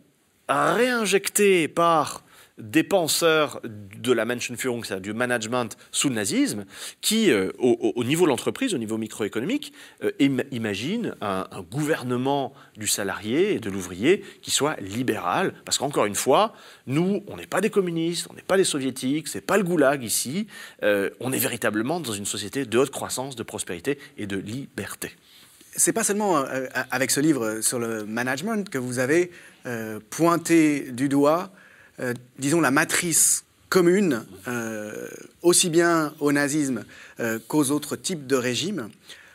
réinjectées par des penseurs de la Menschenführung, c'est-à-dire du management sous le nazisme, qui, euh, au, au niveau de l'entreprise, au niveau microéconomique, euh, im imaginent un, un gouvernement du salarié et de l'ouvrier qui soit libéral. Parce qu'encore une fois, nous, on n'est pas des communistes, on n'est pas des soviétiques, c'est pas le goulag ici. Euh, on est véritablement dans une société de haute croissance, de prospérité et de liberté. C'est pas seulement euh, avec ce livre sur le management que vous avez euh, pointé du doigt Euh, disons, la matrice commune, euh, aussi bien au nazisme euh, qu'aux autres types de régimes,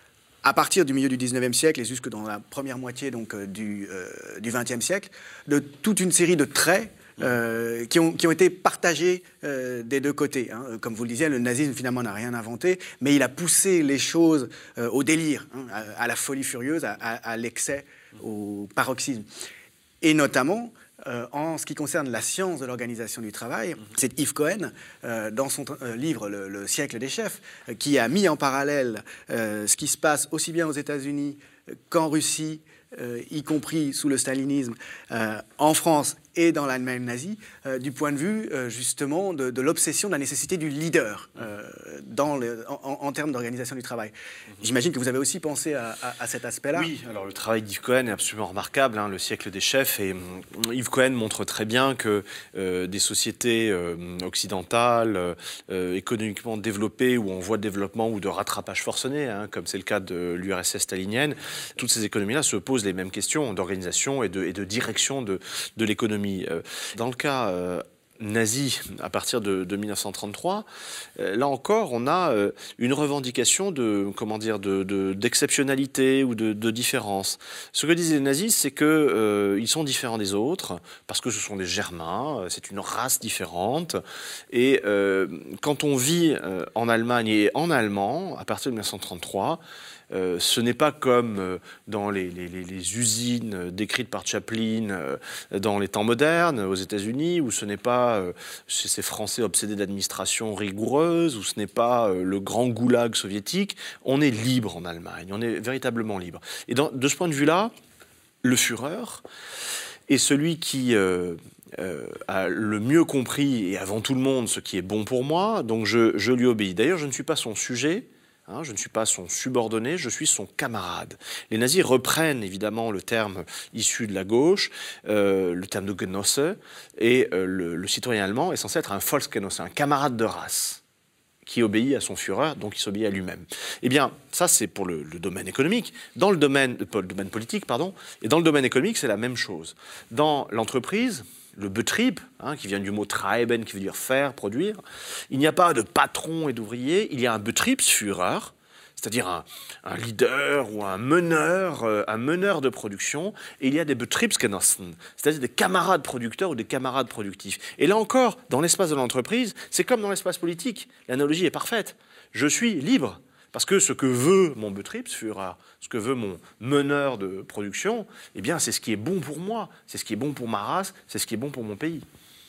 à partir du milieu du dix-neuvième siècle et jusque dans la première moitié donc, euh, du, euh, du vingtième siècle, de toute une série de traits euh, qui, ont, qui ont été partagés euh, des deux côtés. Hein. Comme vous le disiez, le nazisme finalement n'a rien inventé, mais il a poussé les choses euh, au délire, hein, à, à la folie furieuse, à, à, à l'excès, au paroxysme. Et notamment, Euh, en ce qui concerne la science de l'organisation du travail, c'est Yves Cohen, euh, dans son euh, livre le, le siècle des chefs, euh, qui a mis en parallèle euh, ce qui se passe aussi bien aux États-Unis qu'en Russie, euh, y compris sous le stalinisme, euh, en France et dans l'Allemagne nazie, euh, du point de vue euh, justement de, de l'obsession de la nécessité du leader euh, dans le, en, en termes d'organisation du travail. Mm-hmm. J'imagine que vous avez aussi pensé à, à, à cet aspect-là. Oui, alors le travail d'Yves Cohen est absolument remarquable, hein, le siècle des chefs, et euh, Yves Cohen montre très bien que euh, des sociétés euh, occidentales, euh, économiquement développées, où on voit de développement ou de rattrapage forcené, hein, comme c'est le cas de l'U R S S stalinienne, toutes ces économies-là se posent les mêmes questions d'organisation et de, et de direction de, de l'économie. Dans le cas euh, nazi à partir de, de mille neuf cent trente-trois, euh, là encore, on a euh, une revendication de, comment dire, de, de, d'exceptionnalité ou de, de différence. Ce que disent les nazis, c'est qu'ils euh, sont différents des autres, parce que ce sont des Germains, c'est une race différente. Et euh, quand on vit euh, en Allemagne et en allemand, à partir de mille neuf cent trente-trois, Euh, ce n'est pas comme euh, dans les, les, les usines décrites par Chaplin euh, dans les temps modernes aux États-Unis, où ce n'est pas euh, ces Français obsédés d'administration rigoureuse, où ce n'est pas euh, le grand goulag soviétique. On est libre en Allemagne, on est véritablement libre. Et dans, de ce point de vue-là, le Führer est celui qui euh, euh, a le mieux compris, et avant tout le monde, ce qui est bon pour moi, donc je, je lui obéis. D'ailleurs, je ne suis pas son sujet. Hein, je ne suis pas son subordonné, je suis son camarade. Les nazis reprennent évidemment le terme issu de la gauche, euh, le terme de Genosse, et euh, le, le citoyen allemand est censé être un Volksgenosse, un camarade de race, qui obéit à son Führer, donc il s'obéit à lui-même. Eh bien, ça c'est pour le, le domaine économique. Dans le domaine, le domaine politique, pardon, et dans le domaine économique, c'est la même chose. Dans l'entreprise, le Betrieb, hein, qui vient du mot treiben, qui veut dire faire, produire, il n'y a pas de patron et d'ouvrier, il y a un Betriebsführer, c'est-à-dire un, un leader ou un meneur, euh, un meneur de production, et il y a des Betriebsgenossen, c'est-à-dire des camarades producteurs ou des camarades productifs. Et là encore, dans l'espace de l'entreprise, c'est comme dans l'espace politique, l'analogie est parfaite. Je suis libre. Parce que ce que veut mon Betriebsführer, ce que veut mon meneur de production, eh bien, c'est ce qui est bon pour moi, c'est ce qui est bon pour ma race, c'est ce qui est bon pour mon pays.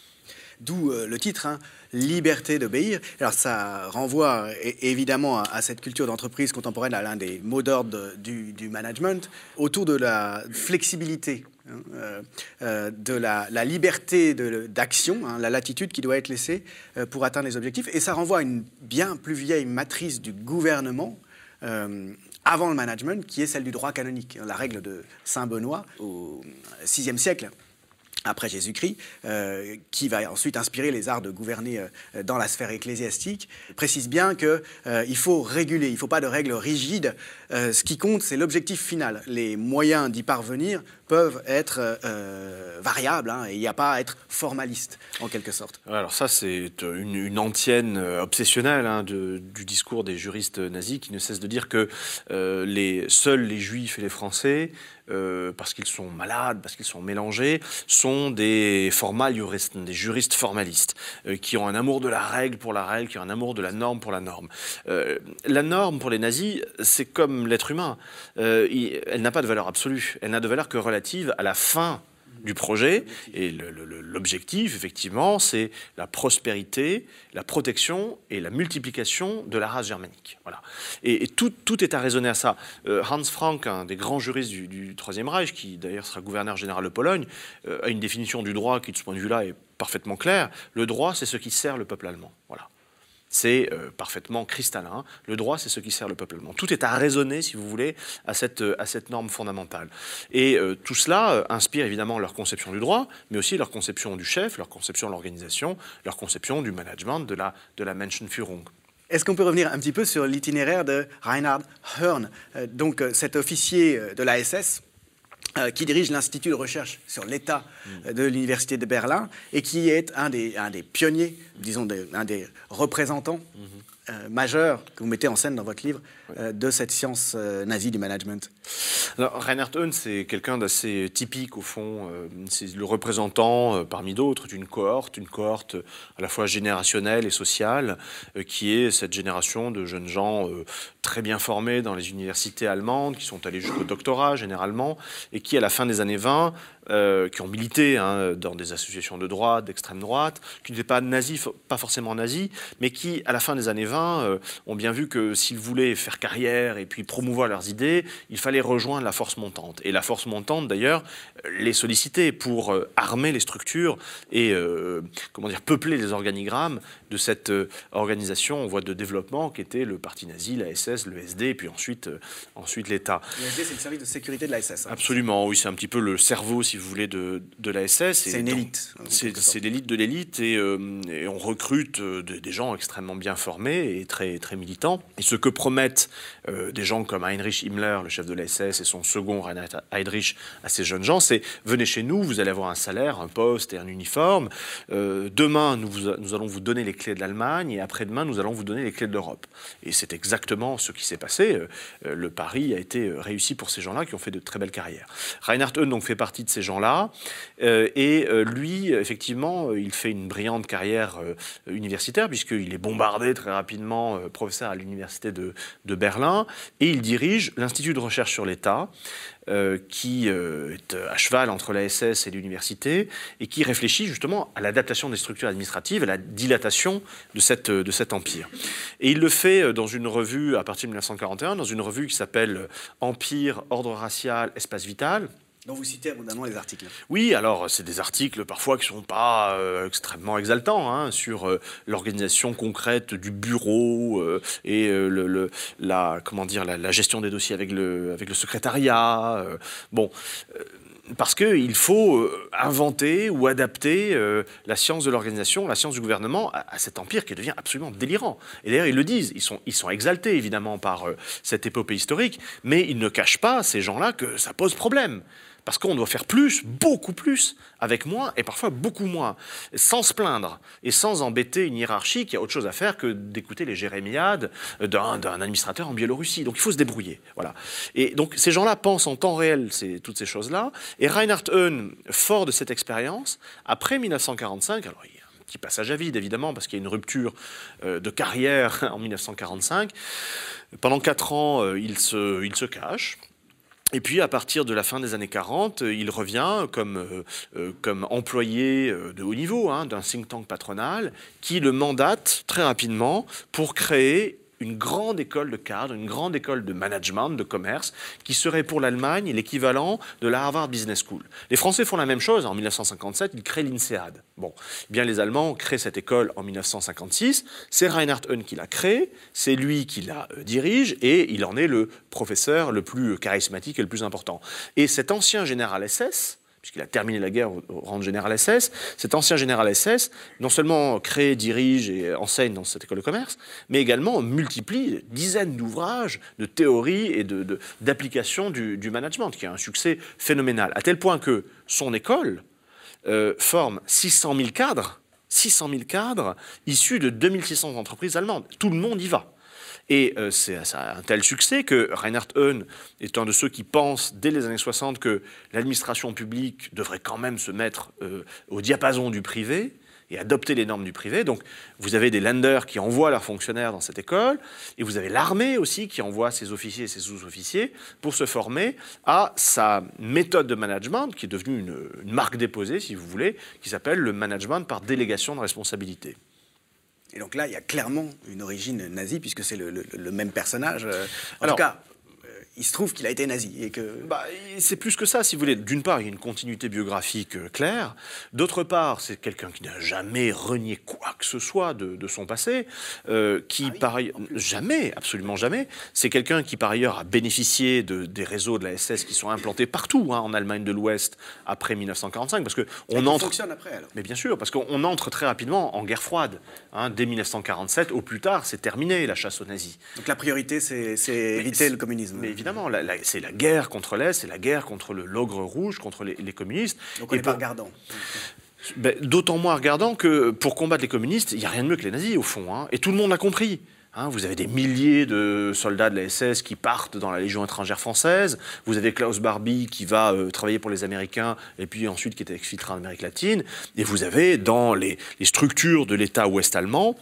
D'où euh, le titre, hein, Liberté d'obéir. Alors ça renvoie é- évidemment à, à cette culture d'entreprise contemporaine, à l'un des mots d'ordre du, du management, autour de la flexibilité, hein, euh, euh, de la, la liberté de, d'action, hein, la latitude qui doit être laissée euh, pour atteindre les objectifs. Et ça renvoie à une bien plus vieille matrice du gouvernement, euh, avant le management, qui est celle du droit canonique, la règle de Saint Benoît au sixième siècle. Après Jésus-Christ, euh, qui va ensuite inspirer les arts de gouverner euh, dans la sphère ecclésiastique, précise bien qu'il euh, faut réguler, il ne faut pas de règles rigides. Euh, ce qui compte, c'est l'objectif final. Les moyens d'y parvenir peuvent être euh, variables, hein, et il n'y a pas à être formaliste, en quelque sorte. Alors ça, c'est une, une antienne obsessionnelle, hein, de, du discours des juristes nazis qui ne cessent de dire que euh, les, seuls les Juifs et les Français, Euh, parce qu'ils sont malades, parce qu'ils sont mélangés, sont des Formaljuristen, des juristes formalistes, euh, qui ont un amour de la règle pour la règle, qui ont un amour de la norme pour la norme. Euh, la norme, pour les nazis, c'est comme l'être humain. Euh, il, elle n'a pas de valeur absolue. Elle n'a de valeur que relative à la fin du projet. Et le, le, l'objectif, effectivement, c'est la prospérité, la protection et la multiplication de la race germanique. Voilà. Et, et tout, tout est à raisonner à ça. Euh, Hans Frank, un des grands juristes du, du Troisième Reich, qui d'ailleurs sera gouverneur général de Pologne, euh, a une définition du droit qui, de ce point de vue-là, est parfaitement claire. Le droit, c'est ce qui sert le peuple allemand. Voilà. C'est euh, parfaitement cristallin. Le droit, c'est ce qui sert le peuple allemand. Tout est à raisonner, si vous voulez, à cette, à cette norme fondamentale. Et euh, tout cela euh, inspire évidemment leur conception du droit, mais aussi leur conception du chef, leur conception de l'organisation, leur conception du management, de la, de la Menschenführung. Est-ce qu'on peut revenir un petit peu sur l'itinéraire de Reinhard Hearn, euh, donc euh, cet officier de l'A S S, Euh, qui dirige l'Institut de recherche sur l'État euh, de l'Université de Berlin et qui est un des, un des pionniers, disons des, un des représentants mm-hmm. euh, majeurs que vous mettez en scène dans votre livre euh, de cette science euh, nazie du management. Alors, Reinhard Hearn, c'est quelqu'un d'assez typique au fond. Euh, c'est le représentant, euh, parmi d'autres, d'une cohorte, une cohorte à la fois générationnelle et sociale, euh, qui est cette génération de jeunes gens euh, très bien formés dans les universités allemandes, qui sont allés jusqu'au doctorat généralement, et qui, à la fin des années vingt, euh, qui ont milité hein, dans des associations de droite, d'extrême droite, qui n'étaient pas nazis, pas forcément nazis, mais qui, à la fin des années vingt, euh, ont bien vu que s'ils voulaient faire carrière et puis promouvoir leurs idées, il fallait rejoindre la force montante. Et la force montante, d'ailleurs, les sollicitait pour euh, armer les structures et euh, comment dire, peupler les organigrammes de cette euh, organisation en voie de développement qui était le parti nazi, la S S, le S D, et puis ensuite, euh, ensuite l'État. Le S D, c'est le service de sécurité de la S S. Hein. Absolument, oui, c'est un petit peu le cerveau, si vous voulez, de, de la S S. C'est une élite. C'est, c'est l'élite de l'élite et, euh, et on recrute euh, de, des gens extrêmement bien formés passionné et très, très militant. Et ce que promettent euh, des gens comme Heinrich Himmler, le chef de la S S, et son second Reinhard Heydrich à ces jeunes gens, c'est « venez chez nous, vous allez avoir un salaire, un poste et un uniforme. Euh, demain, nous, vous, nous allons vous donner les clés de l'Allemagne et après-demain, nous allons vous donner les clés de l'Europe. » Et c'est exactement ce qui s'est passé. Euh, le pari a été réussi pour ces gens-là qui ont fait de très belles carrières. Reinhard Heune donc fait partie de ces gens-là. Euh, et euh, lui, effectivement, il fait une brillante carrière euh, universitaire puisqu'il est bombardé très rapidement euh, professeur à l'université de, de Berlin et il dirige l'Institut de recherche sur l'État euh, qui euh, est à cheval entre la S S et l'université et qui réfléchit justement à l'adaptation des structures administratives, à la dilatation de, cette, de cet empire. Et il le fait dans une revue à partir de mille neuf cent quarante et un, dans une revue qui s'appelle Empire, Ordre racial, Espace vital. Dont vous citez abondamment les articles. Oui, alors c'est des articles parfois qui ne sont pas euh, extrêmement exaltants hein, sur euh, l'organisation concrète du bureau euh, et euh, le, le, la, comment dire, la, la gestion des dossiers avec le, avec le secrétariat. Euh, bon, euh, parce qu'il faut euh, inventer ou adapter euh, la science de l'organisation, la science du gouvernement à, à cet empire qui devient absolument délirant. Et d'ailleurs, ils le disent, ils sont, ils sont exaltés évidemment par euh, cette épopée historique, mais ils ne cachent pas, ces gens-là, que ça pose problème. Parce qu'on doit faire plus, beaucoup plus, avec moins, et parfois beaucoup moins, sans se plaindre, et sans embêter une hiérarchie qui a autre chose à faire que d'écouter les jérémiades d'un, d'un administrateur en Biélorussie. Donc il faut se débrouiller. Voilà. Et donc ces gens-là pensent en temps réel ces, toutes ces choses-là, et Reinhard Heune, fort de cette expérience, après mille neuf cent quarante-cinq, alors il y a un petit passage à vide évidemment, parce qu'il y a une rupture euh, de carrière en mille neuf cent quarante-cinq, pendant quatre ans, euh, il, se, il se cache. Et puis, à partir de la fin des années quarante, il revient comme, euh, euh, comme employé de haut niveau hein, d'un think tank patronal qui le mandate très rapidement pour créer une grande école de cadre, une grande école de management, de commerce, qui serait pour l'Allemagne l'équivalent de la Harvard Business School. Les Français font la même chose. En mille neuf cent cinquante-sept, ils créent l'INSEAD. Bon, eh bien les Allemands créent cette école en mille neuf cent cinquante-six. C'est Reinhard Heune qui l'a créée, c'est lui qui la euh, dirige, et il en est le professeur le plus charismatique et le plus important. Et cet ancien général S S, puisqu'il a terminé la guerre au rang de général S S, cet ancien général S S, non seulement crée, dirige et enseigne dans cette école de commerce, mais également multiplie dizaines d'ouvrages, de théories et de, de, d'applications du, du management, qui a un succès phénoménal, à tel point que son école euh, forme six cent mille cadres, six cent mille cadres issus de deux mille six cents entreprises allemandes. Tout le monde y va. Et euh, c'est, ça a un tel succès que Reinhard Heune est un de ceux qui pensent, dès les années soixante, que l'administration publique devrait quand même se mettre euh, au diapason du privé et adopter les normes du privé. Donc vous avez des Länder qui envoient leurs fonctionnaires dans cette école, et vous avez l'armée aussi qui envoie ses officiers et ses sous-officiers pour se former à sa méthode de management, qui est devenue une, une marque déposée, si vous voulez, qui s'appelle le management par délégation de responsabilité. Et donc là, il y a clairement une origine nazie, puisque c'est le, le, le même personnage. En Alors, tout cas, euh, il se trouve qu'il a été nazi. Et que... bah, c'est plus que ça, si vous voulez. D'une part, il y a une continuité biographique euh, claire. D'autre part, c'est quelqu'un qui n'a jamais renié quoi que ce soit de, de son passé, euh, qui ah oui, par ailleurs... Jamais, absolument jamais. C'est quelqu'un qui, par ailleurs, a bénéficié de, des réseaux de la S S qui sont implantés partout, hein, en Allemagne de l'Ouest, après mille neuf cent quarante-cinq. Parce que on entre... fonctionne après, alors. Mais bien sûr, parce qu'on entre très rapidement en guerre froide. Hein, dès mille neuf cent quarante-sept, au plus tard, c'est terminé, la chasse aux nazis. Donc la priorité, c'est, c'est éviter le communisme. Mais évidemment, la, la, c'est la guerre contre l'Est, c'est la guerre contre le l'ogre rouge, contre les, les communistes. Donc on n'est pas regardant. Ben, d'autant moins regardant que pour combattre les communistes, il n'y a rien de mieux que les nazis, au fond. Hein, et tout le monde l'a compris. Hein, vous avez des milliers de soldats de la S S qui partent dans la Légion étrangère française. Vous avez Klaus Barbie qui va euh, travailler pour les Américains et puis ensuite qui est exfiltré en Amérique latine. Et vous avez dans les, les structures de l'État ouest-allemand,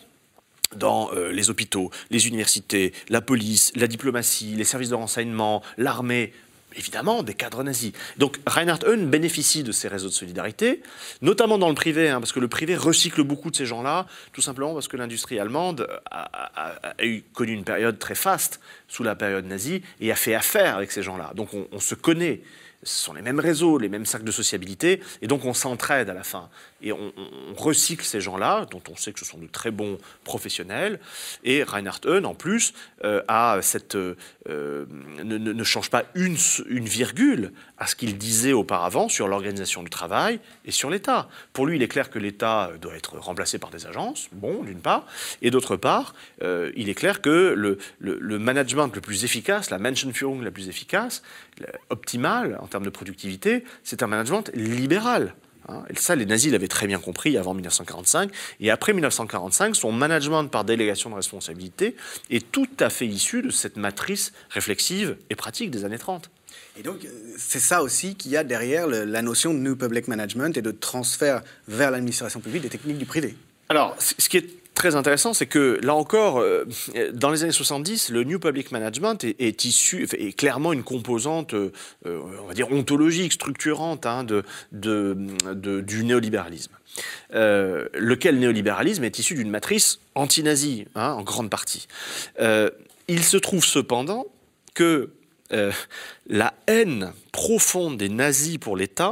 dans euh, les hôpitaux, les universités, la police, la diplomatie, les services de renseignement, l'armée, évidemment, des cadres nazis. Donc Reinhard Heune bénéficie de ces réseaux de solidarité, notamment dans le privé, hein, parce que le privé recycle beaucoup de ces gens-là, tout simplement parce que l'industrie allemande a, a, a eu, connu une période très faste sous la période nazie et a fait affaire avec ces gens-là. Donc on, on se connaît ce sont les mêmes réseaux, les mêmes cercles de sociabilité, et donc on s'entraide à la fin. Et on, on recycle ces gens-là, dont on sait que ce sont de très bons professionnels. Et Reinhard Heune, en plus, euh, a cette, euh, ne, ne change pas une, une virgule à ce qu'il disait auparavant sur l'organisation du travail et sur l'État. Pour lui, il est clair que l'État doit être remplacé par des agences, bon, d'une part, et d'autre part, euh, il est clair que le, le, le management le plus efficace, la Menschenführung la plus efficace, optimale en termes de productivité, c'est un management libéral. Et ça, les nazis l'avaient très bien compris avant mille neuf cent quarante-cinq. Et après mille neuf cent quarante-cinq, son management par délégation de responsabilité est tout à fait issu de cette matrice réflexive et pratique des années trente. Et donc, c'est ça aussi qu'il y a derrière le, la notion de New Public Management et de transfert vers l'administration publique des techniques du privé. Alors, ce qui est très intéressant, c'est que, là encore, euh, dans les années soixante-dix, le New Public Management est, est issu, est clairement une composante, euh, on va dire, ontologique, structurante hein, de, de, de, du néolibéralisme. Euh, lequel néolibéralisme est issu d'une matrice anti-nazie, hein, en grande partie. Euh, il se trouve cependant que euh, la haine profonde des nazis pour l'État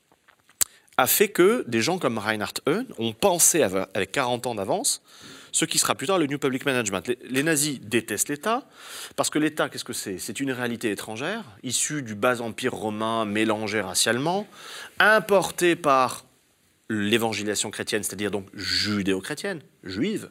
a fait que des gens comme Reinhard Heune ont pensé avec quarante ans d'avance ce qui sera plus tard le New Public Management. Les, les nazis détestent l'État, parce que l'État, qu'est-ce que c'est? C'est une réalité étrangère, issue du bas empire romain, mélangée racialement, importée par l'évangélisation chrétienne, c'est-à-dire donc judéo-chrétienne, juive,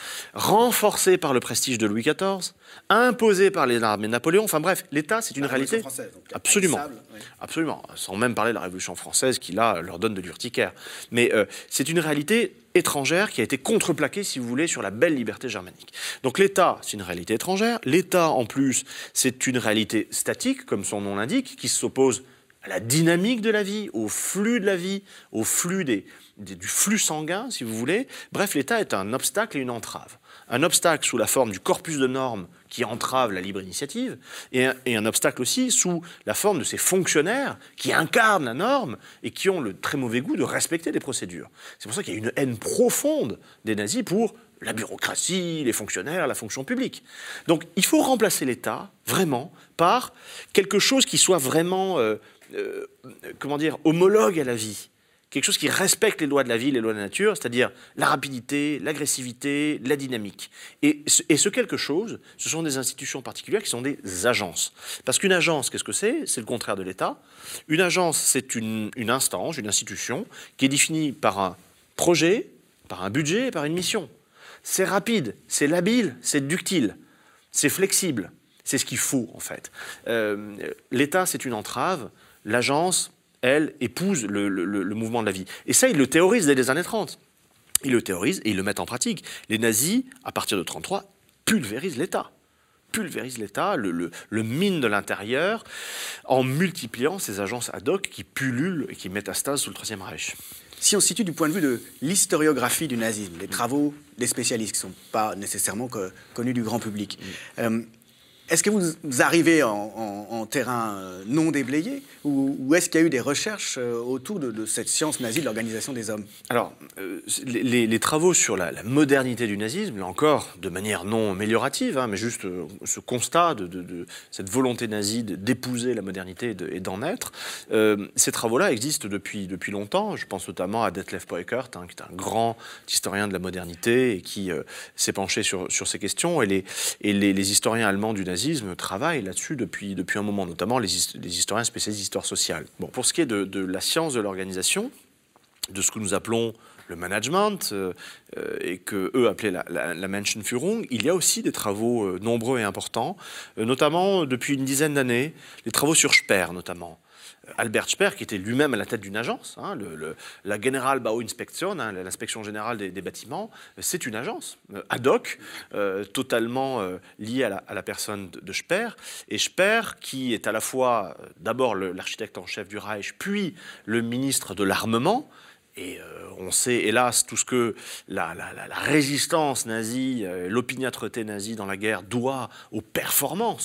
renforcée par le prestige de Louis quatorze, imposée par les armées de Napoléon. Enfin bref, l'État, c'est une la réalité. Française, donc, absolument, oui. absolument. Sans même parler de la Révolution française qui, là, leur donne de l'urticaire. Mais euh, c'est une réalité étrangère qui a été contreplaquée, si vous voulez, sur la belle liberté germanique. Donc l'État, c'est une réalité étrangère. L'État, en plus, c'est une réalité statique, comme son nom l'indique, qui s'oppose à la dynamique de la vie, au flux de la vie, au flux des, des, du flux sanguin, si vous voulez. Bref, l'État est un obstacle et une entrave. Un obstacle sous la forme du corpus de normes qui entrave la libre initiative, et un, et un obstacle aussi sous la forme de ces fonctionnaires qui incarnent la norme et qui ont le très mauvais goût de respecter les procédures. C'est pour ça qu'il y a une haine profonde des nazis pour la bureaucratie, les fonctionnaires, la fonction publique. Donc il faut remplacer l'État, vraiment, par quelque chose qui soit vraiment... Euh, Euh, comment dire, homologue à la vie, quelque chose qui respecte les lois de la vie, les lois de la nature, c'est-à-dire la rapidité, l'agressivité, la dynamique. Et ce, et ce quelque chose, ce sont des institutions particulières qui sont des agences. Parce qu'une agence, qu'est-ce que c'est? C'est le contraire de l'État. Une agence, c'est une, une instance, une institution qui est définie par un projet, par un budget et par une mission. C'est rapide, c'est labile, c'est ductile, c'est flexible. C'est ce qu'il faut, en fait. Euh, L'État, c'est une entrave. L'agence, elle, épouse le, le, le mouvement de la vie. Et ça, ils le théorisent dès les années trente. Ils le théorisent et ils le mettent en pratique. Les nazis, à partir de mille neuf cent trente-trois, pulvérisent l'État. Pulvérisent l'État, le, le, le mine de l'intérieur, en multipliant ces agences ad hoc qui pullulent et qui métastasent sous le Troisième Reich. Si on se situe du point de vue de l'historiographie du nazisme, les travaux des spécialistes qui ne sont pas nécessairement que, connus du grand public, mm. euh, est-ce que vous arrivez en, en, en terrain non déblayé ou, ou est-ce qu'il y a eu des recherches autour de, de cette science nazie de l'organisation des hommes? Alors, euh, les, les travaux sur la, la modernité du nazisme, là encore, de manière non améliorative, hein, mais juste euh, ce constat de, de, de cette volonté nazie d'épouser la modernité et d'en être, euh, ces travaux-là existent depuis, depuis longtemps. Je pense notamment à Detlef Peukert, hein, qui est un grand historien de la modernité et qui euh, s'est penché sur, sur ces questions. Et les, et les, les historiens allemands du nazisme travaillent là-dessus depuis, depuis un moment, notamment les, les historiens spécialistes d'histoire sociale. Bon, pour ce qui est de, de la science de l'organisation, de ce que nous appelons le management, euh, et qu'eux appelaient la, la, la Menschenführung, il y a aussi des travaux euh, nombreux et importants, euh, notamment depuis une dizaine d'années, les travaux sur Speer notamment. Albert Speer, qui était lui-même à la tête d'une agence, hein, le, le, la Generalbauinspektion, hein, l'inspection générale des, des bâtiments, c'est une agence euh, ad hoc, euh, totalement euh, liée à la, à la personne de, de Speer. Et Speer, qui est à la fois euh, d'abord l'architecte en chef du Reich, puis le ministre de l'armement. Et euh, on sait, hélas, tout ce que la, la, la, la résistance nazie, euh, l'opiniâtreté nazie dans la guerre doit aux performances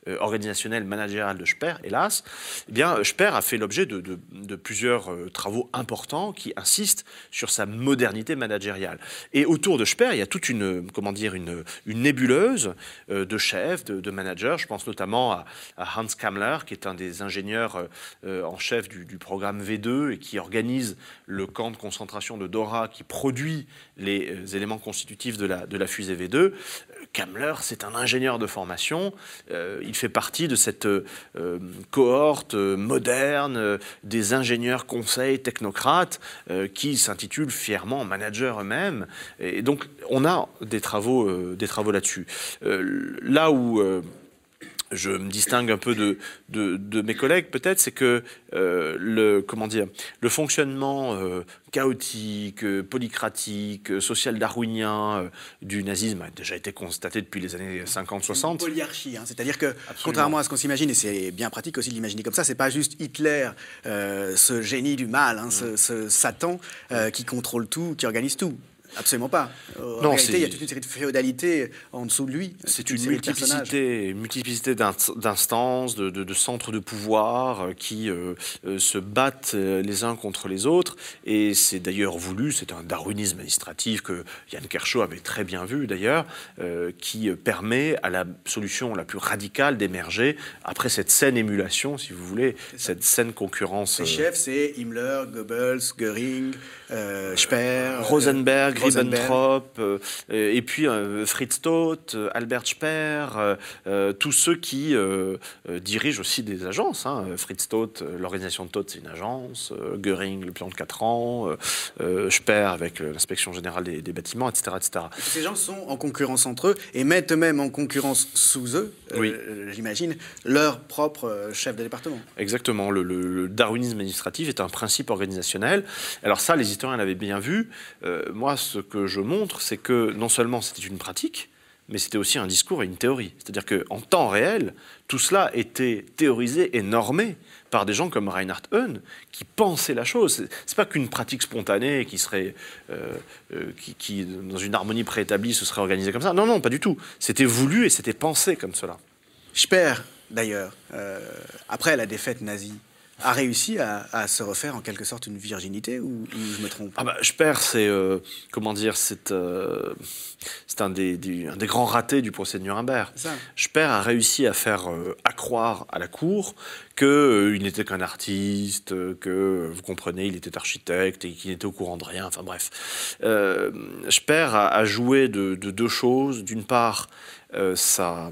euh, organisationnelle, managériale de Speer, hélas, eh bien, Speer a fait l'objet de, de, de plusieurs euh, travaux importants qui insistent sur sa modernité managériale. Et autour de Speer, il y a toute une, comment dire, une, une nébuleuse euh, de chefs, de, de managers. Je pense notamment à, à Hans Kammler, qui est un des ingénieurs euh, en chef du, du programme V deux et qui organise le camp de concentration de Dora, qui produit les euh, éléments constitutifs de la, de la fusée V deux. Kammler, c'est un ingénieur de formation. Euh, il fait partie de cette euh, cohorte euh, moderne euh, des ingénieurs conseils technocrates euh, qui s'intitulent fièrement managers eux-mêmes. Et donc, on a des travaux, euh, des travaux là-dessus. Euh, là où euh, je me distingue un peu de, de, de mes collègues, peut-être, c'est que euh, le, comment dire, le fonctionnement euh, chaotique, euh, polycratique, euh, social-darwinien euh, du nazisme a déjà été constaté depuis les années cinquante soixante. C'est une polyarchie, hein, c'est-à-dire que, absolument, contrairement à ce qu'on s'imagine, et c'est bien pratique aussi de l'imaginer comme ça, c'est pas juste Hitler, euh, ce génie du mal, hein, mmh. ce, ce Satan euh, qui contrôle tout, qui organise tout. Absolument pas. En non, réalité, il y a toute une série de féodalités en dessous de lui. C'est une, une multiplicité, une multiplicité d'instances, de, de, de centres de pouvoir qui euh, euh, se battent les uns contre les autres. Et c'est d'ailleurs voulu, c'est un darwinisme administratif que Yann Kershaw avait très bien vu d'ailleurs, euh, qui permet à la solution la plus radicale d'émerger après cette saine émulation, si vous voulez, cette saine concurrence. Les chefs, c'est Himmler, Goebbels, Göring, euh, Speer, Rosenberg, Ribbentrop, euh, et puis euh, Fritz Todt, euh, Albert Speer, euh, euh, tous ceux qui euh, euh, dirigent aussi des agences. Hein. Fritz Todt, euh, l'organisation de Todt, c'est une agence. Euh, Göring, le plan de quatre ans. Euh, euh, Speer avec l'inspection générale des, des bâtiments, et cetera, et cetera. Ces gens sont en concurrence entre eux et mettent eux-mêmes en concurrence sous eux, oui. euh, j'imagine, leur propre euh, chef de département. Exactement. Le, le, le darwinisme administratif est un principe organisationnel. Alors ça, les historiens l'avaient bien vu. Euh, moi, ce que je montre, c'est que non seulement c'était une pratique, mais c'était aussi un discours et une théorie. C'est-à-dire qu'en temps réel, tout cela était théorisé et normé par des gens comme Reinhard Höhn, qui pensaient la chose. C'est pas qu'une pratique spontanée qui serait, euh, euh, qui, qui, dans une harmonie préétablie, se serait organisée comme ça. Non, non, pas du tout. C'était voulu et c'était pensé comme cela. Speer, d'ailleurs, euh, après la défaite nazie, a réussi à, à se refaire en quelque sorte une virginité, ou, ou je me trompe? Ah bah, Speer, c'est euh, comment dire, c'est euh, c'est un des, des, un des grands ratés du procès de Nuremberg. Speer a réussi à faire euh, accroire à la cour qu'il euh, n'était qu'un artiste, euh, que vous comprenez, il était architecte et qu'il n'était au courant de rien. Enfin bref, euh, Speer a, a joué de, de deux choses. D'une part, euh, sa,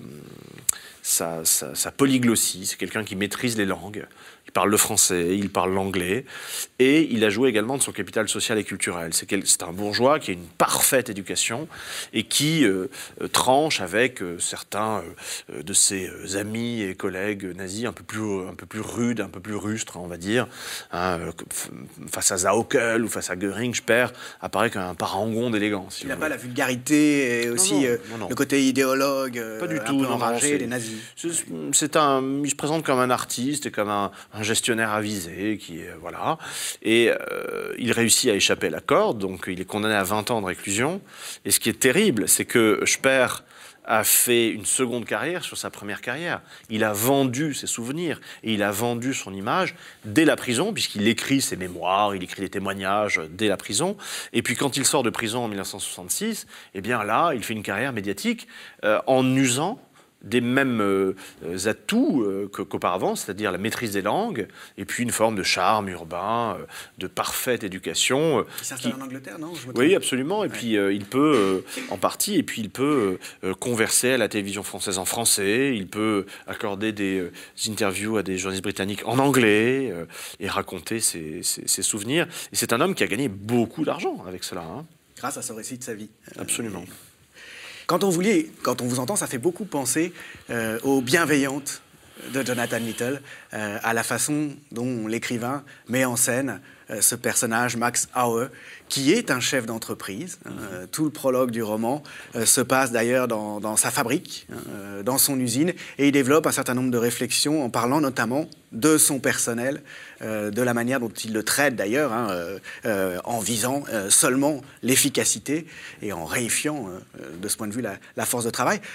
sa, sa, sa polyglossie, c'est quelqu'un qui maîtrise les langues. Il parle le français, il parle l'anglais, et il a joué également de son capital social et culturel. C'est un bourgeois qui a une parfaite éducation et qui euh, tranche avec euh, certains euh, de ses euh, amis et collègues nazis un peu plus, un peu plus rudes, un peu plus rustres, on va dire. Hein, euh, face à Zaukel ou face à Göring, Speer apparaît qu'un parangon d'élégance. Si il n'a pas la vulgarité et aussi non, non, euh, non, non. le côté idéologue, pas du euh, tout, un peu enragé des nazis. C'est un, il se présente comme un artiste et comme un un gestionnaire avisé, qui est, voilà, et euh, il réussit à échapper à la corde, donc il est condamné à vingt ans de réclusion. Et ce qui est terrible, c'est que Speer a fait une seconde carrière sur sa première carrière. Il a vendu ses souvenirs et il a vendu son image dès la prison, puisqu'il écrit ses mémoires, il écrit des témoignages dès la prison. Et puis quand il sort de prison en mille neuf cent soixante-six, eh bien là, il fait une carrière médiatique euh, en usant des mêmes euh, atouts euh, qu'auparavant, c'est-à-dire la maîtrise des langues, et puis une forme de charme urbain, euh, de parfaite éducation. Euh, qui s'installe en Angleterre, non? Je me Oui, absolument. Et ouais. puis euh, il peut, euh, en partie, et puis il peut euh, converser à la télévision française en français, il peut accorder des euh, interviews à des journalistes britanniques en anglais, euh, et raconter ses, ses, ses souvenirs. Et c'est un homme qui a gagné beaucoup d'argent avec cela. Hein. Grâce à ce récit de sa vie. Absolument. Euh, Quand on, vous lit, quand on vous entend, ça fait beaucoup penser euh, aux bienveillantes de Jonathan Littell, euh, à la façon dont l'écrivain met en scène euh, ce personnage, Max Aue, qui est un chef d'entreprise. Euh, tout le prologue du roman euh, se passe d'ailleurs dans, dans sa fabrique, euh, dans son usine, et il développe un certain nombre de réflexions en parlant notamment de son personnel, euh, de la manière dont il le traite d'ailleurs, hein, euh, euh, en visant euh, seulement l'efficacité et en réifiant euh, de ce point de vue la, la force de travail.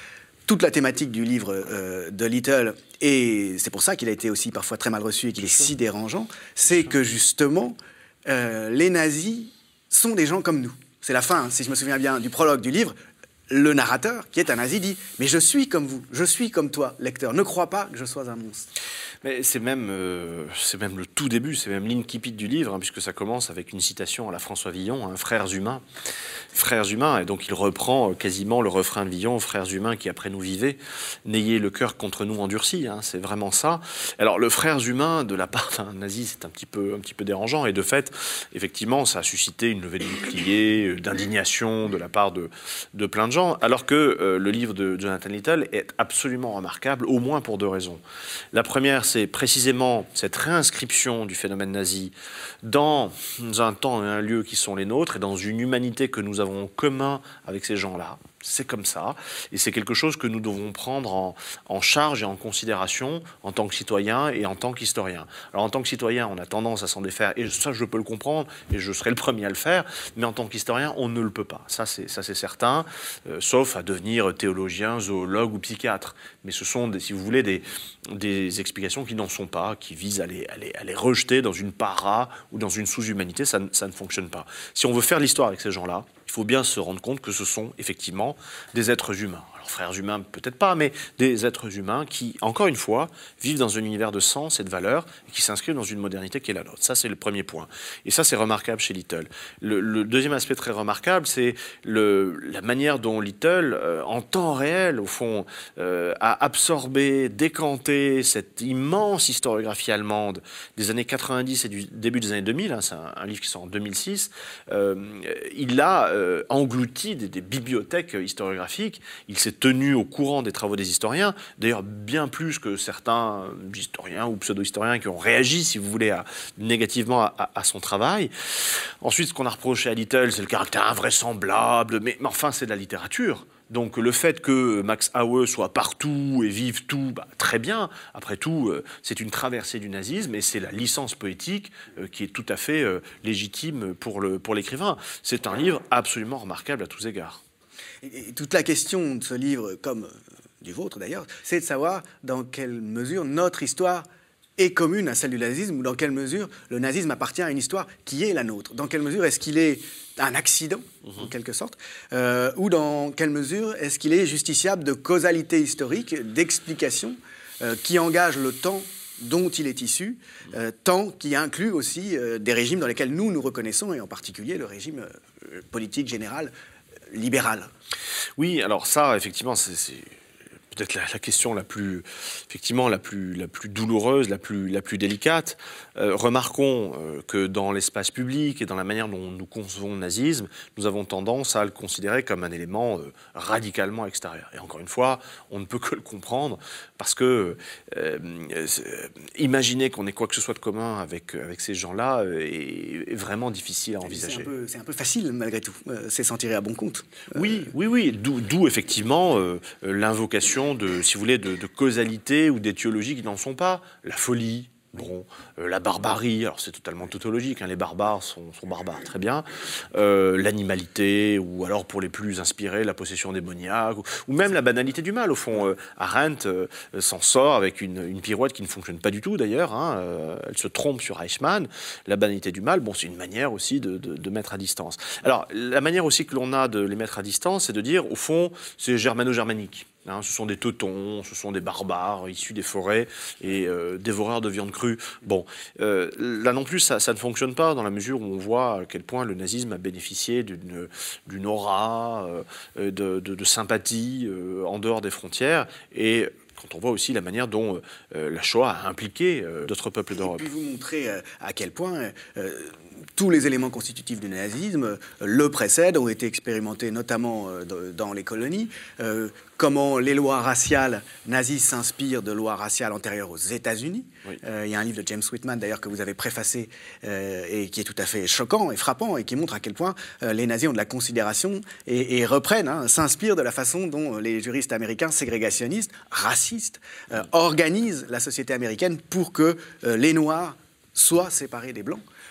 toute la thématique du livre euh, de Little, et c'est pour ça qu'il a été aussi parfois très mal reçu et qu'il est si dérangeant, c'est que justement, euh, les nazis sont des gens comme nous. C'est la fin, hein, si je me souviens bien, du prologue du livre. Le narrateur, qui est un nazi, dit « Mais je suis comme vous, je suis comme toi, lecteur, ne crois pas que je sois un monstre. » Mais c'est même, euh, c'est même le tout début, c'est même l'incipit du livre, hein, puisque ça commence avec une citation à la François Villon, hein, « Frères humains ». Frères humains, et donc il reprend quasiment le refrain de Villon, « Frères humains qui après nous vivez, n'ayez le cœur contre nous endurci hein, », c'est vraiment ça. Alors le frères humains de la part d'un nazi, c'est un petit peu, un petit peu dérangeant, et de fait, effectivement, ça a suscité une levée de bouclier, d'indignation de la part de, de plein de gens, alors que euh, le livre de Jonathan Littell est absolument remarquable, au moins pour deux raisons. La première, c'est précisément cette réinscription du phénomène nazi dans un temps et un lieu qui sont les nôtres, et dans une humanité que nous avons en commun avec ces gens-là. C'est comme ça, et c'est quelque chose que nous devons prendre en, en charge et en considération en tant que citoyens et en tant qu'historiens. Alors en tant que citoyen, on a tendance à s'en défaire, et ça je peux le comprendre, et je serai le premier à le faire, mais en tant qu'historien, on ne le peut pas. Ça c'est, ça, c'est certain, euh, sauf à devenir théologien, zoologue ou psychiatre. Mais ce sont, des, si vous voulez, des, des explications qui n'en sont pas, qui visent à les, à les, à les rejeter dans une para ou dans une sous-humanité. Ça, ça ne fonctionne pas. Si on veut faire l'histoire avec ces gens-là, il faut bien se rendre compte que ce sont effectivement des êtres humains. Alors frères humains, peut-être pas, mais des êtres humains qui, encore une fois, vivent dans un univers de sens et de valeurs et qui s'inscrivent dans une modernité qui est la nôtre. Ça, c'est le premier point. Et ça, c'est remarquable chez Littell. Le, le deuxième aspect très remarquable, c'est le, la manière dont Littell, euh, en temps réel, au fond, euh, a absorbé, décanté cette immense historiographie allemande des années quatre-vingt-dix et du début des années deux mille. Hein, c'est un, un livre qui sort en deux mille six. Euh, il a euh, englouti des, des bibliothèques historiographiques. Il s'est tenu au courant des travaux des historiens, d'ailleurs bien plus que certains historiens ou pseudo-historiens qui ont réagi, si vous voulez, à, négativement à, à, à son travail. Ensuite, ce qu'on a reproché à Littell, c'est le caractère invraisemblable, mais, mais enfin, c'est de la littérature. Donc le fait que Max Aue soit partout et vive tout, bah, très bien. Après tout, euh, c'est une traversée du nazisme et c'est la licence poétique euh, qui est tout à fait euh, légitime pour, le, pour l'écrivain. C'est un livre absolument remarquable à tous égards. Et, et toute la question de ce livre, comme euh, du vôtre d'ailleurs, c'est de savoir dans quelle mesure notre histoire est commune à celle du nazisme, ou dans quelle mesure le nazisme appartient à une histoire qui est la nôtre. Dans quelle mesure est-ce qu'il est un accident, mmh. en quelque sorte, euh, ou dans quelle mesure est-ce qu'il est justiciable de causalité historique, d'explication, euh, qui engage le temps dont il est issu, euh, temps qui inclut aussi euh, des régimes dans lesquels nous nous reconnaissons, et en particulier le régime euh, politique général euh, libéral. Oui, alors ça, effectivement, c'est... c'est... peut-être la, la question la plus, effectivement, la plus, la plus douloureuse, la plus, la plus délicate. Euh, remarquons euh, que dans l'espace public et dans la manière dont nous concevons le nazisme, nous avons tendance à le considérer comme un élément euh, radicalement extérieur. Et encore une fois, on ne peut que le comprendre parce que euh, euh, imaginer qu'on ait quoi que ce soit de commun avec, avec ces gens-là euh, est, est vraiment difficile à envisager. C'est un peu, c'est un peu facile, malgré tout. Euh, c'est s'en tirer à bon compte. Euh... Oui, oui, oui. D'où, d'où effectivement euh, l'invocation de, si vous voulez, de, de causalité ou d'étiologie qui n'en sont pas. La folie, bon, euh, la barbarie, alors c'est totalement tautologique, hein, les barbares sont, sont barbares, très bien. Euh, l'animalité, ou alors pour les plus inspirés, la possession démoniaque, ou, ou même la banalité du mal, au fond. Euh, Arendt euh, s'en sort avec une, une pirouette qui ne fonctionne pas du tout, d'ailleurs. Hein, euh, elle se trompe sur Eichmann. La banalité du mal, bon, c'est une manière aussi de, de, de mettre à distance. Alors, la manière aussi que l'on a de les mettre à distance, c'est de dire, au fond, c'est germano-germanique. Hein, ce sont des teutons, ce sont des barbares issus des forêts et euh, dévoreurs de viande crue. Bon, euh, là non plus, ça, ça ne fonctionne pas dans la mesure où on voit à quel point le nazisme a bénéficié d'une, d'une aura, euh, de, de, de sympathie euh, en dehors des frontières. Et quand on voit aussi la manière dont euh, la Shoah a impliqué euh, d'autres peuples d'Europe. Et puis vous montrer euh, à quel point euh, tous les éléments constitutifs du nazisme euh, le précèdent, ont été expérimentés notamment euh, dans les colonies, euh, comment les lois raciales nazies s'inspirent de lois raciales antérieures aux États-Unis. Oui. Euh, il y a un livre de James Whitman, d'ailleurs, que vous avez préfacé euh, et qui est tout à fait choquant et frappant et qui montre à quel point euh, les nazis ont de la considération et, et reprennent, hein, s'inspirent de la façon dont les juristes américains ségrégationnistes, racistes, euh, organisent la société américaine pour que euh, les Noirs soient séparés des Blancs.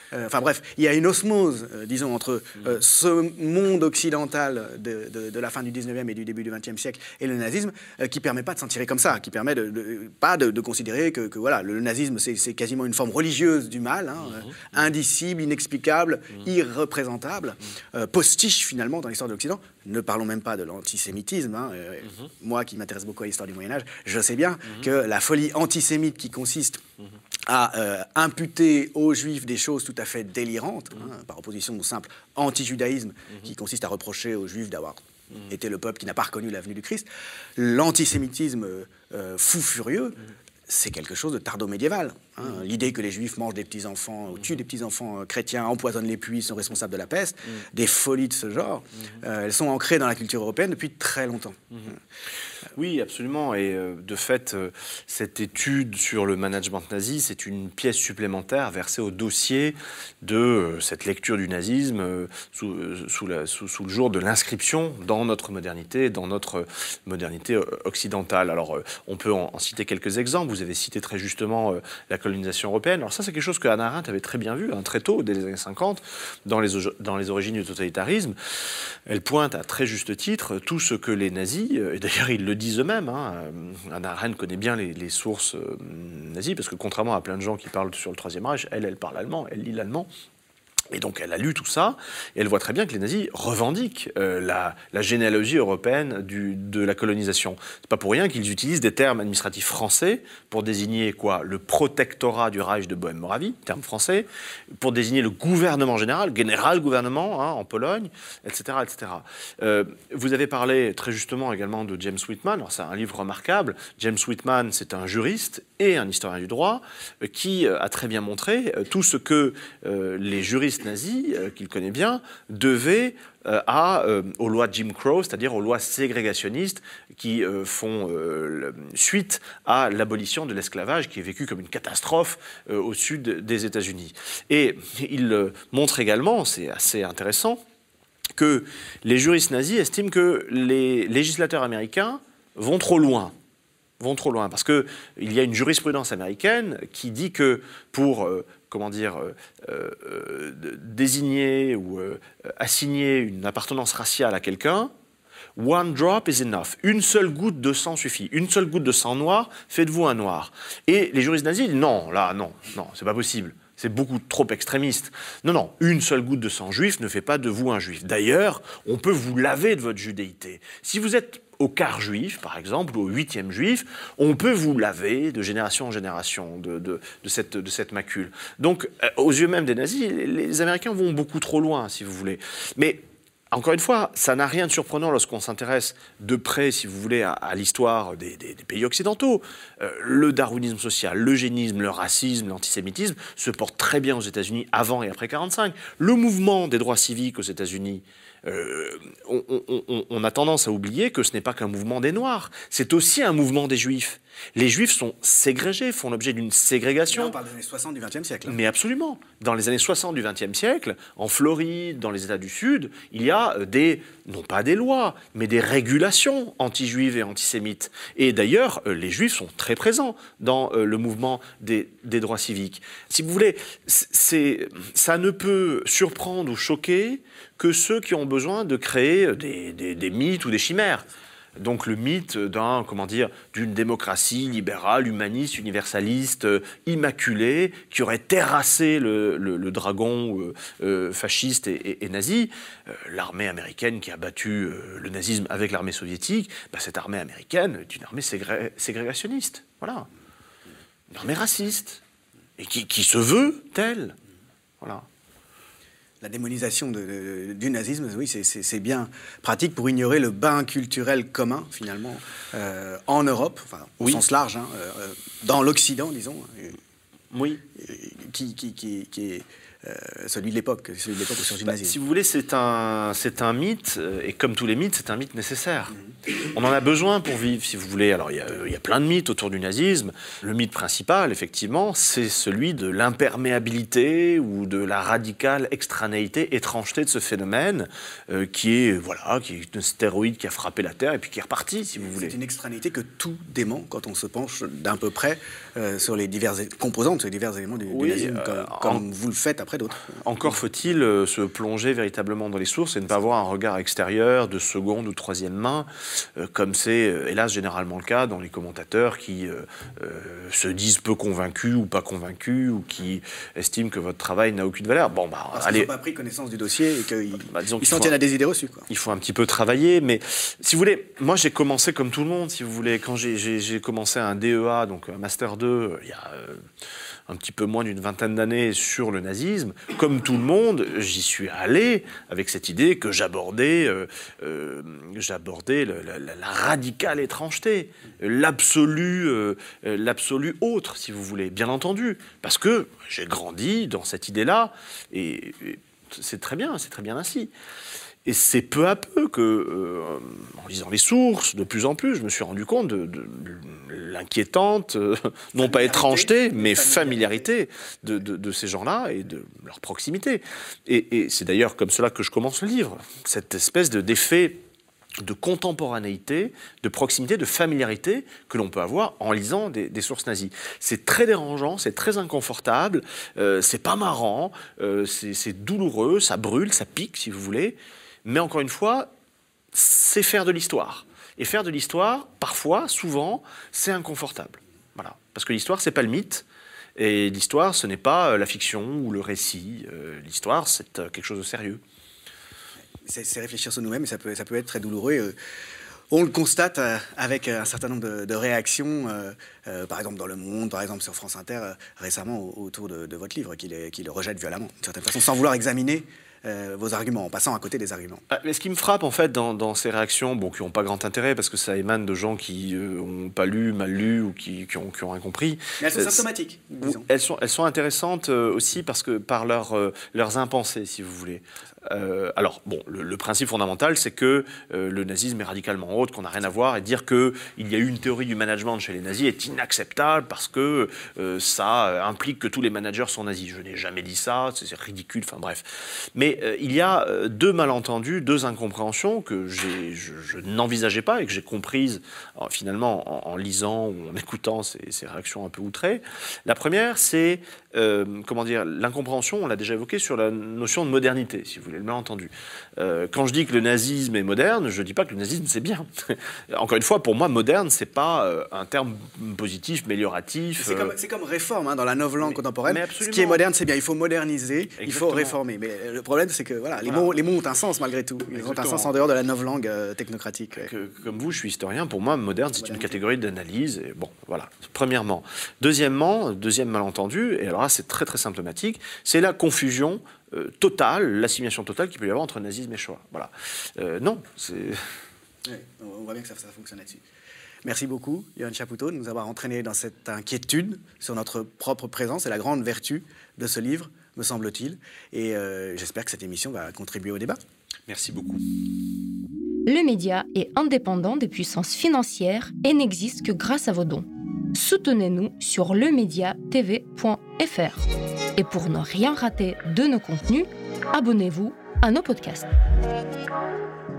Euh, enfin bref, il y a une osmose, euh, disons, entre euh, ce monde occidental de, de, de la fin du dix-neuvième et du début du vingtième siècle et le nazisme euh, qui ne permet pas de s'en tirer comme ça, qui permet de, de, pas de, de considérer que, que voilà, le nazisme, c'est quasiment une forme religieuse du mal, hein, euh, indicible, inexplicable, irreprésentable, euh, postiche finalement dans l'histoire de l'Occident. Ne parlons même pas de l'antisémitisme. Hein. Euh, mm-hmm. Moi qui m'intéresse beaucoup à l'histoire du Moyen-Âge, je sais bien mm-hmm. que la folie antisémite qui consiste mm-hmm. à euh, imputer aux Juifs des choses tout à fait délirantes, mm-hmm. hein, par opposition au simple anti-judaïsme mm-hmm. qui consiste à reprocher aux Juifs d'avoir mm-hmm. été le peuple qui n'a pas reconnu la venue du Christ, l'antisémitisme euh, fou furieux, mm-hmm. c'est quelque chose de tardo-médiéval. Hein. Mmh. L'idée que les Juifs mangent des petits-enfants, ou tuent des petits-enfants chrétiens, empoisonnent les puits, sont responsables de la peste, mmh. des folies de ce genre, mmh. euh, elles sont ancrées dans la culture européenne depuis très longtemps. Mmh. Oui, absolument. Et euh, de fait, euh, cette étude sur le management nazi, c'est une pièce supplémentaire versée au dossier de euh, cette lecture du nazisme euh, sous, euh, sous, la, sous, sous le jour de l'inscription dans notre modernité, dans notre modernité euh, occidentale. Alors, euh, on peut en, en citer quelques exemples. Vous avez cité très justement euh, la colonisation européenne. Alors ça, c'est quelque chose que Hannah Arendt avait très bien vu, hein, très tôt, dès les années cinquante, dans les, dans les origines du totalitarisme. Elle pointe à très juste titre tout ce que les nazis, euh, et d'ailleurs ils le disent eux-mêmes, hein, euh, Hannah Arendt connaît bien les, les sources euh, nazies, parce que contrairement à plein de gens qui parlent sur le Troisième Reich, elle, elle parle allemand, elle lit l'allemand. Et donc elle a lu tout ça, et elle voit très bien que les nazis revendiquent euh, la, la généalogie européenne du, de la colonisation. C'est pas pour rien qu'ils utilisent des termes administratifs français pour désigner quoi, le protectorat du Reich de Bohême-Moravie, terme français, pour désigner le gouvernement général, général-gouvernement hein, en Pologne, et cetera, et cetera. Euh, vous avez parlé très justement également de James Whitman. Alors c'est un livre remarquable. James Whitman, c'est un juriste et un historien du droit euh, qui euh, a très bien montré euh, tout ce que euh, les juristes nazis, euh, qu'il connaît bien, devaient euh, à, euh, aux lois Jim Crow, c'est-à-dire aux lois ségrégationnistes qui euh, font euh, suite à l'abolition de l'esclavage qui est vécu comme une catastrophe euh, au sud des États-Unis. Et il euh, montre également, c'est assez intéressant, que les juristes nazis estiment que les législateurs américains vont trop loin. vont trop loin, parce qu'il y a une jurisprudence américaine qui dit que pour, euh, comment dire, euh, euh, désigner ou euh, assigner une appartenance raciale à quelqu'un, one drop is enough. Une seule goutte de sang suffit. Une seule goutte de sang noir, faites de vous un noir. Et les juristes nazis disent non, là, non, non, c'est pas possible. C'est beaucoup trop extrémiste. Non, non, une seule goutte de sang juif ne fait pas de vous un juif. D'ailleurs, on peut vous laver de votre judéité. Si vous êtes au quart juif, par exemple, ou au huitième juif, on peut vous laver de génération en génération de, de, de, cette, de cette macule. Donc, euh, aux yeux même des nazis, les, les Américains vont beaucoup trop loin, si vous voulez. Mais encore une fois, ça n'a rien de surprenant lorsqu'on s'intéresse de près, si vous voulez, à, à l'histoire des, des, des pays occidentaux. Euh, le darwinisme social, l'eugénisme, le racisme, l'antisémitisme se portent très bien aux États-Unis avant et après quarante-cinq. Le mouvement des droits civiques aux États-Unis, euh, on, on, on, on a tendance à oublier que ce n'est pas qu'un mouvement des Noirs, c'est aussi un mouvement des Juifs. Les Juifs sont ségrégés, font l'objet d'une ségrégation. Là, on parle des années soixante du vingtième siècle. Hein. Mais absolument. Dans les années soixante du vingtième siècle, en Floride, dans les États du Sud, il y a des, non pas des lois, mais des régulations anti-juives et antisémites. Et d'ailleurs, les Juifs sont très présents dans le mouvement des, des droits civiques. Si vous voulez, c'est, ça ne peut surprendre ou choquer que ceux qui ont besoin de créer des, des, des mythes ou des chimères. Donc le mythe d'un, comment dire, d'une démocratie libérale, humaniste, universaliste, euh, immaculée, qui aurait terrassé le, le, le dragon euh, euh, fasciste et, et, et nazi. Euh, l'armée américaine qui a battu euh, le nazisme avec l'armée soviétique, bah, cette armée américaine est une armée ségré- ségrégationniste. Voilà. Une armée raciste. Et qui, qui se veut telle. Voilà. La démonisation de, de, du nazisme, oui, c'est bien pratique pour ignorer le bain culturel commun, finalement, euh, en Europe, enfin, au oui. sens large, hein, euh, dans l'Occident, disons, euh, oui. qui, qui, qui, qui est euh, celui de l'époque, celui de l'époque où surgit le nazisme. Si vous voulez, c'est un, c'est un mythe, et comme tous les mythes, c'est un mythe nécessaire. Mmh. On en a besoin pour vivre, si vous voulez. Alors, il y a, il y a plein de mythes autour du nazisme. Le mythe principal, effectivement, c'est celui de l'imperméabilité ou de la radicale extranéité, étrangeté de ce phénomène, euh, qui est, voilà, qui est un stéroïde qui a frappé la Terre et puis qui est reparti, si vous voulez. C'est une extranéité que tout dément quand on se penche d'un peu près euh, sur les diverses composantes, sur les divers éléments du, oui, du nazisme, euh, comme, comme en... vous le faites après après d'autres. Encore faut-il euh, se plonger véritablement dans les sources et ne pas avoir un regard extérieur de seconde ou troisième main, euh, comme c'est euh, hélas généralement le cas dans les commentateurs qui euh, euh, se disent peu convaincus ou pas convaincus ou qui estiment que votre travail n'a aucune valeur. Bon, bah, Parce allez. qu'ils n'ont pas pris connaissance du dossier et qu'ils bah, ils s'en tiennent à des idées reçues. Quoi. Il faut un petit peu travailler, mais si vous voulez, moi j'ai commencé comme tout le monde, si vous voulez, quand j'ai, j'ai, j'ai commencé un D E A, donc un Master deux, euh, il y a euh, un petit peu moins d'une vingtaine d'années sur le nazisme, comme tout le monde, j'y suis allé avec cette idée que j'abordais, euh, euh, j'abordais le, la, la radicale étrangeté, l'absolu, euh, l'absolu autre, si vous voulez, bien entendu, parce que j'ai grandi dans cette idée-là, et, et c'est très bien, c'est très bien ainsi. Et c'est peu à peu que, euh, en lisant les sources, de plus en plus, je me suis rendu compte de, de, de l'inquiétante, euh, non pas étrangeté, mais familiarité de, de, de ces gens-là et de leur proximité. Et, et c'est d'ailleurs comme cela que je commence le livre, cette espèce de, d'effet de contemporanéité, de proximité, de familiarité que l'on peut avoir en lisant des, des sources nazies. C'est très dérangeant, c'est très inconfortable, euh, c'est pas marrant, euh, c'est, c'est douloureux, ça brûle, ça pique, si vous voulez. Mais encore une fois, c'est faire de l'histoire. Et faire de l'histoire, parfois, souvent, c'est inconfortable. Voilà. Parce que l'histoire, c'est pas le mythe. Et l'histoire, ce n'est pas la fiction ou le récit. Euh, l'histoire, c'est quelque chose de sérieux. C'est, c'est réfléchir sur nous-mêmes, et ça peut, ça peut être très douloureux. Euh, on le constate euh, avec un certain nombre de, de réactions, euh, euh, par exemple dans Le Monde, par exemple sur France Inter, euh, récemment au, autour de, de votre livre, qui le, qui le rejette violemment, d'une certaine façon, sans vouloir examiner Euh, vos arguments, en passant à côté des arguments. Ah, mais ce qui me frappe, en fait, dans, dans ces réactions, bon, qui n'ont pas grand intérêt, parce que ça émane de gens qui n'ont euh, pas lu, mal lu, ou qui, qui, ont, qui ont rien compris. Mais elles sont symptomatiques, disons. Elles sont, elles sont intéressantes euh, aussi parce que, par leur, euh, leurs impensés, si vous voulez. Euh, alors, bon, le, le principe fondamental, c'est que euh, le nazisme est radicalement autre, qu'on n'a rien à voir, et dire qu'il y a eu une théorie du management chez les nazis est inacceptable parce que euh, ça implique que tous les managers sont nazis. Je n'ai jamais dit ça, c'est, c'est ridicule, enfin bref. Mais euh, il y a euh, deux malentendus, deux incompréhensions que j'ai, je, je n'envisageais pas et que j'ai comprises alors, finalement en, en lisant ou en écoutant ces, ces réactions un peu outrées. La première, c'est euh, comment dire, l'incompréhension, on l'a déjà évoqué, sur la notion de modernité, si vous voulez. Le malentendu. Euh, quand je dis que le nazisme est moderne, je ne dis pas que le nazisme c'est bien. Encore une fois, pour moi, moderne, c'est pas euh, un terme positif, amélioratif. C'est, euh... comme, c'est comme réforme hein, dans la novlangue contemporaine. Ce qui est moderne, c'est bien. Il faut moderniser, Exactement. Il faut réformer. Mais le problème, c'est que voilà, les, voilà. Mots, les mots ont un sens malgré tout. Ils Exactement. ont un sens en dehors de la novlangue euh, technocratique. Ouais. Que, comme vous, je suis historien. Pour moi, moderne, c'est moderne. Une catégorie d'analyse. Et bon, voilà. Premièrement. Deuxièmement, deuxième malentendu, et alors là, c'est très très symptomatique, c'est la confusion Euh, totale, l'assimilation totale qu'il peut y avoir entre nazisme et Shoah. Voilà. Euh, non, c'est... Oui, on voit bien que ça, ça fonctionne là-dessus. Merci beaucoup, Yoann Chapoutot, de nous avoir entraînés dans cette inquiétude sur notre propre présence. C'est la grande vertu de ce livre, me semble-t-il. Et euh, j'espère que cette émission va contribuer au débat. Merci beaucoup. Le média est indépendant des puissances financières et n'existe que grâce à vos dons. Soutenez-nous sur lemediatv point f r. Et pour ne rien rater de nos contenus, abonnez-vous à nos podcasts.